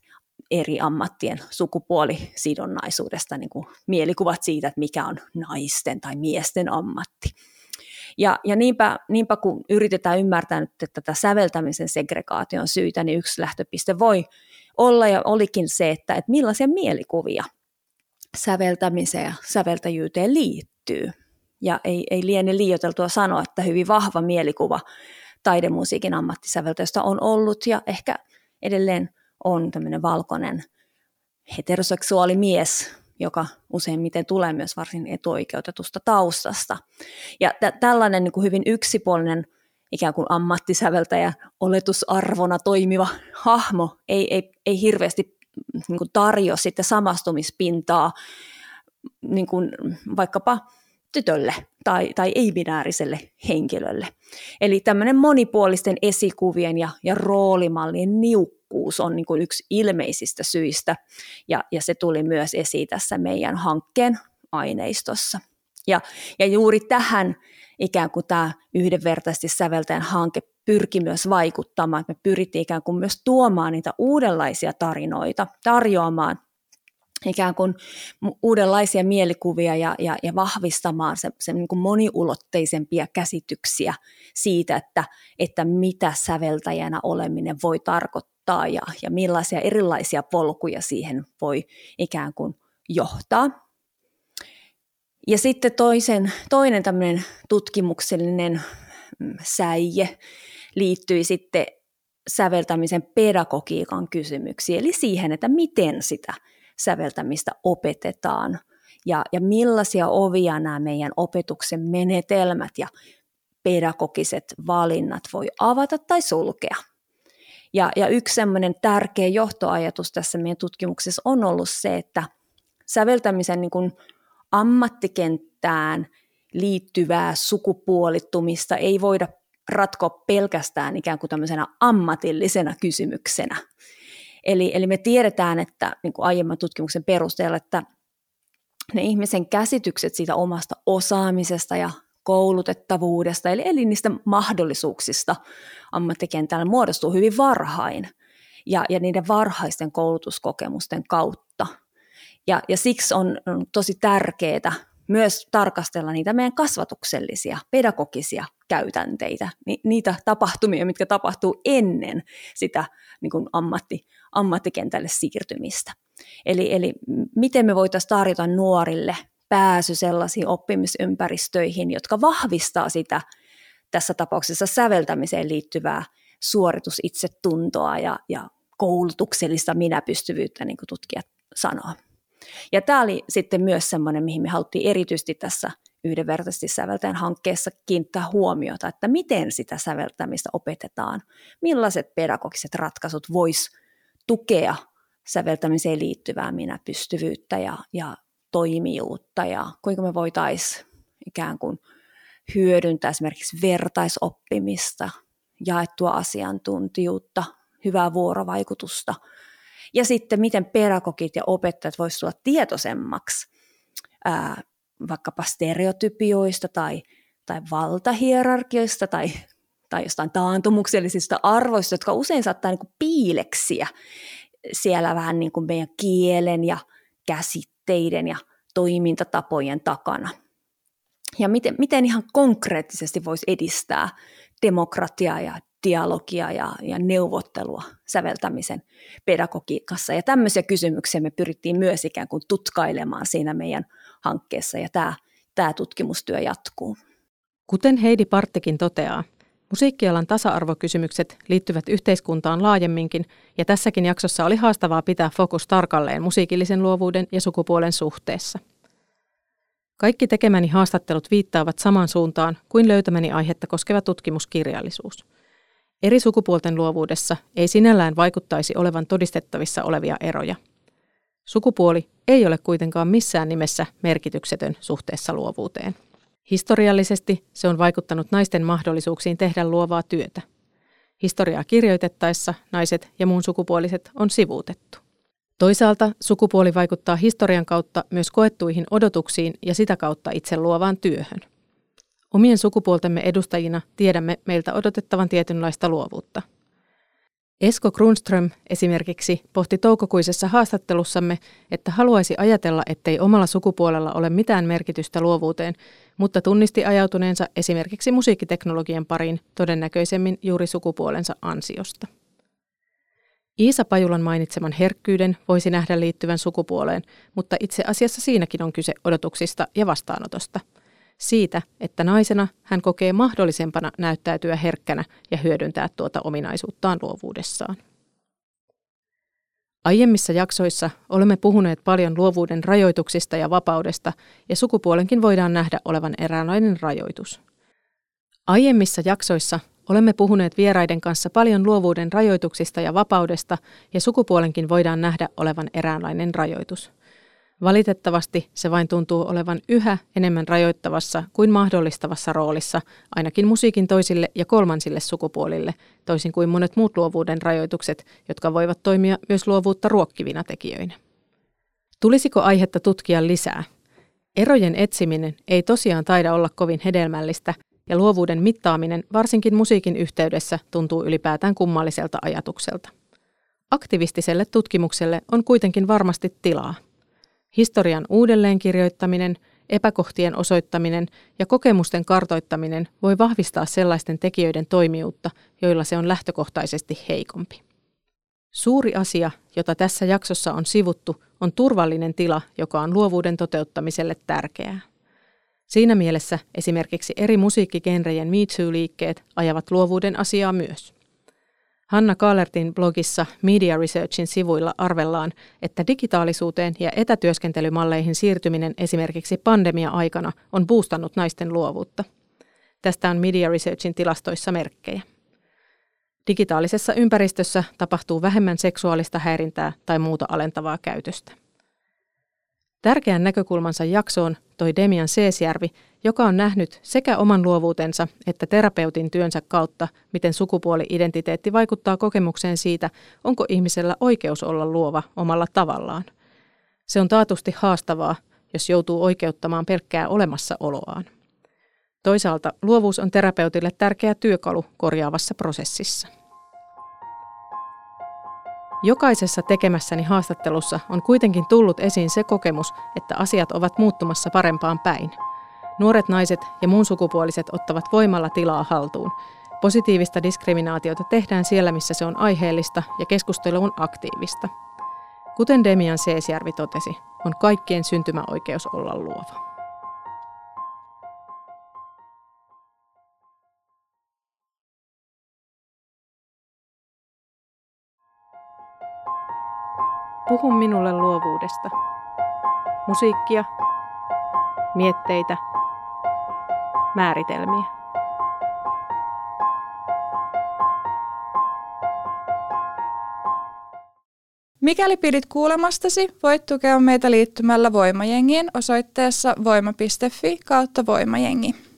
eri ammattien sukupuolisidonnaisuudesta, niin kuin mielikuvat siitä, että mikä on naisten tai miesten ammatti. Ja niinpä kun yritetään ymmärtää nyt, että tätä säveltämisen segregaation syytä, niin yksi lähtöpiste voi olla ja olikin se, että millaisia mielikuvia säveltämiseen ja säveltäjyyteen liittyy. Ja ei liene liioiteltua sanoa, että hyvin vahva mielikuva taidemusiikin ammattisäveltäjästä on ollut ja ehkä edelleen on tämmöinen valkoinen heteroseksuaali mies, joka useimmiten tulee myös varsin etuoikeutetusta taustasta. Ja tällainen niin kuin hyvin yksipuolinen ikään kuin ammattisäveltäjä oletusarvona toimiva hahmo ei hirveästi niin kuin tarjoa sitten samastumispintaa niin kuin vaikkapa tytölle tai ei-binääriselle henkilölle. Eli tämmöinen monipuolisten esikuvien ja roolimallien niukkuus on niin kuin yksi ilmeisistä syistä, ja se tuli myös esiin tässä meidän hankkeen aineistossa. Ja juuri tähän ikään kuin tämä yhdenvertaisesti säveltäjän hanke pyrki myös vaikuttamaan, että me pyrittiin ikään kuin myös tuomaan niitä uudenlaisia tarinoita, tarjoamaan ikään kuin uudenlaisia mielikuvia ja vahvistamaan se niin kuin moniulotteisempia käsityksiä siitä, että mitä säveltäjänä oleminen voi tarkoittaa ja millaisia erilaisia polkuja siihen voi ikään kuin johtaa. Ja sitten toinen tämmöinen tutkimuksellinen säie liittyi sitten säveltämisen pedagogiikan kysymyksiin, eli siihen, että miten sitä säveltämistä opetetaan ja millaisia ovia nämä meidän opetuksen menetelmät ja pedagogiset valinnat voi avata tai sulkea. Ja yksi semmoinen tärkeä johtoajatus tässä meidän tutkimuksessa on ollut se, että säveltämisen niin kuin ammattikenttään liittyvää sukupuolittumista ei voida ratkoa pelkästään ikään kuin tämmöisenä ammatillisena kysymyksenä. Eli me tiedetään, että niin kuin aiemman tutkimuksen perusteella, että ne ihmisen käsitykset siitä omasta osaamisesta ja koulutettavuudesta, eli niistä mahdollisuuksista ammattikentällä muodostuu hyvin varhain ja niiden varhaisten koulutuskokemusten kautta. Ja siksi on tosi tärkeää myös tarkastella niitä meidän kasvatuksellisia, pedagogisia käytänteitä, niitä tapahtumia, mitkä tapahtuu ennen sitä niin kuin ammattikentälle siirtymistä. Eli miten me voitaisiin tarjota nuorille pääsy sellaisiin oppimisympäristöihin, jotka vahvistaa sitä tässä tapauksessa säveltämiseen liittyvää suoritusitsetuntoa ja koulutuksellista minäpystyvyyttä, niin kuin tutkijat sanoo. Ja tämä oli sitten myös semmoinen, mihin me haluttiin erityisesti tässä yhdenvertaisesti säveltäjän hankkeessa kiinnittää huomiota, että miten sitä säveltämistä opetetaan, millaiset pedagogiset ratkaisut vois tukea säveltämiseen liittyvää minäpystyvyyttä ja toimijuutta ja kuinka me voitaisiin ikään kuin hyödyntää esimerkiksi vertaisoppimista, jaettua asiantuntijuutta, hyvää vuorovaikutusta ja sitten miten pedagogit ja opettajat voisivat tulla tietoisemmaksi vaikkapa stereotypioista tai valtahierarkioista tai jostain taantumuksellisista arvoista, jotka usein saattaa niin kuin piileksiä siellä vähän niin kuin meidän kielen ja käsitteiden ja toimintatapojen takana. Ja miten ihan konkreettisesti voisi edistää demokratiaa ja dialogia ja neuvottelua säveltämisen pedagogiikassa. Ja tämmöisiä kysymyksiä me pyrittiin myös ikään kuin tutkailemaan siinä meidän hankkeessa, ja tämä tutkimustyö jatkuu. Kuten Heidi Parttikin toteaa, musiikkialan tasa-arvokysymykset liittyvät yhteiskuntaan laajemminkin, ja tässäkin jaksossa oli haastavaa pitää fokus tarkalleen musiikillisen luovuuden ja sukupuolen suhteessa. Kaikki tekemäni haastattelut viittaavat samaan suuntaan kuin löytämäni aihetta koskeva tutkimuskirjallisuus. Eri sukupuolten luovuudessa ei sinällään vaikuttaisi olevan todistettavissa olevia eroja. Sukupuoli ei ole kuitenkaan missään nimessä merkityksetön suhteessa luovuuteen. Historiallisesti se on vaikuttanut naisten mahdollisuuksiin tehdä luovaa työtä. Historiaa kirjoitettaessa naiset ja muun sukupuoliset on sivuutettu. Toisaalta sukupuoli vaikuttaa historian kautta myös koettuihin odotuksiin ja sitä kautta itse luovaan työhön. Omien sukupuoltemme edustajina tiedämme meiltä odotettavan tietynlaista luovuutta. Esko Grundström esimerkiksi pohti toukokuisessa haastattelussamme, että haluaisi ajatella, ettei omalla sukupuolella ole mitään merkitystä luovuuteen, mutta tunnisti ajautuneensa esimerkiksi musiikkiteknologian pariin todennäköisemmin juuri sukupuolensa ansiosta. Iisa Pajulan mainitseman herkkyyden voisi nähdä liittyvän sukupuoleen, mutta itse asiassa siinäkin on kyse odotuksista ja vastaanotosta. Siitä, että naisena hän kokee mahdollisempana näyttäytyä herkkänä ja hyödyntää tuota ominaisuuttaan luovuudessaan. Aiemmissa jaksoissa olemme puhuneet paljon luovuuden rajoituksista ja vapaudesta, ja sukupuolenkin voidaan nähdä olevan eräänlainen rajoitus. Aiemmissa jaksoissa olemme puhuneet vieraiden kanssa paljon luovuuden rajoituksista ja vapaudesta, ja sukupuolenkin voidaan nähdä olevan eräänlainen rajoitus. Valitettavasti se vain tuntuu olevan yhä enemmän rajoittavassa kuin mahdollistavassa roolissa, ainakin musiikin toisille ja kolmansille sukupuolille, toisin kuin monet muut luovuuden rajoitukset, jotka voivat toimia myös luovuutta ruokkivina tekijöinä. Tulisiko aihetta tutkia lisää? Erojen etsiminen ei tosiaan taida olla kovin hedelmällistä, ja luovuuden mittaaminen varsinkin musiikin yhteydessä tuntuu ylipäätään kummalliselta ajatukselta. Aktivistiselle tutkimukselle on kuitenkin varmasti tilaa. Historian uudelleenkirjoittaminen, epäkohtien osoittaminen ja kokemusten kartoittaminen voi vahvistaa sellaisten tekijöiden toimijuutta, joilla se on lähtökohtaisesti heikompi. Suuri asia, jota tässä jaksossa on sivuttu, on turvallinen tila, joka on luovuuden toteuttamiselle tärkeää. Siinä mielessä esimerkiksi eri musiikkigenrejen Me Too-liikkeet ajavat luovuuden asiaa myös. Hanna Kaalertin blogissa Media Researchin sivuilla arvellaan, että digitaalisuuteen ja etätyöskentelymalleihin siirtyminen esimerkiksi pandemia-aikana on boostannut naisten luovuutta. Tästä on Media Researchin tilastoissa merkkejä. Digitaalisessa ympäristössä tapahtuu vähemmän seksuaalista häirintää tai muuta alentavaa käytöstä. Tärkeän näkökulmansa jaksoon toi Demian Seesjärvi, joka on nähnyt sekä oman luovuutensa että terapeutin työnsä kautta, miten sukupuoli-identiteetti vaikuttaa kokemukseen siitä, onko ihmisellä oikeus olla luova omalla tavallaan. Se on taatusti haastavaa, jos joutuu oikeuttamaan pelkkää olemassaoloaan. Toisaalta luovuus on terapeutille tärkeä työkalu korjaavassa prosessissa. Jokaisessa tekemässäni haastattelussa on kuitenkin tullut esiin se kokemus, että asiat ovat muuttumassa parempaan päin. Nuoret naiset ja muun sukupuoliset ottavat voimalla tilaa haltuun. Positiivista diskriminaatiota tehdään siellä, missä se on aiheellista ja keskustelu on aktiivista. Kuten Demian Seesjärvi totesi, on kaikkien syntymäoikeus olla luova. Puhu minulle luovuudesta. Musiikkia, mietteitä, määritelmiä. Mikäli pidit kuulemastasi, voit tukea meitä liittymällä Voimajengiin osoitteessa voima.fi/voimajengi.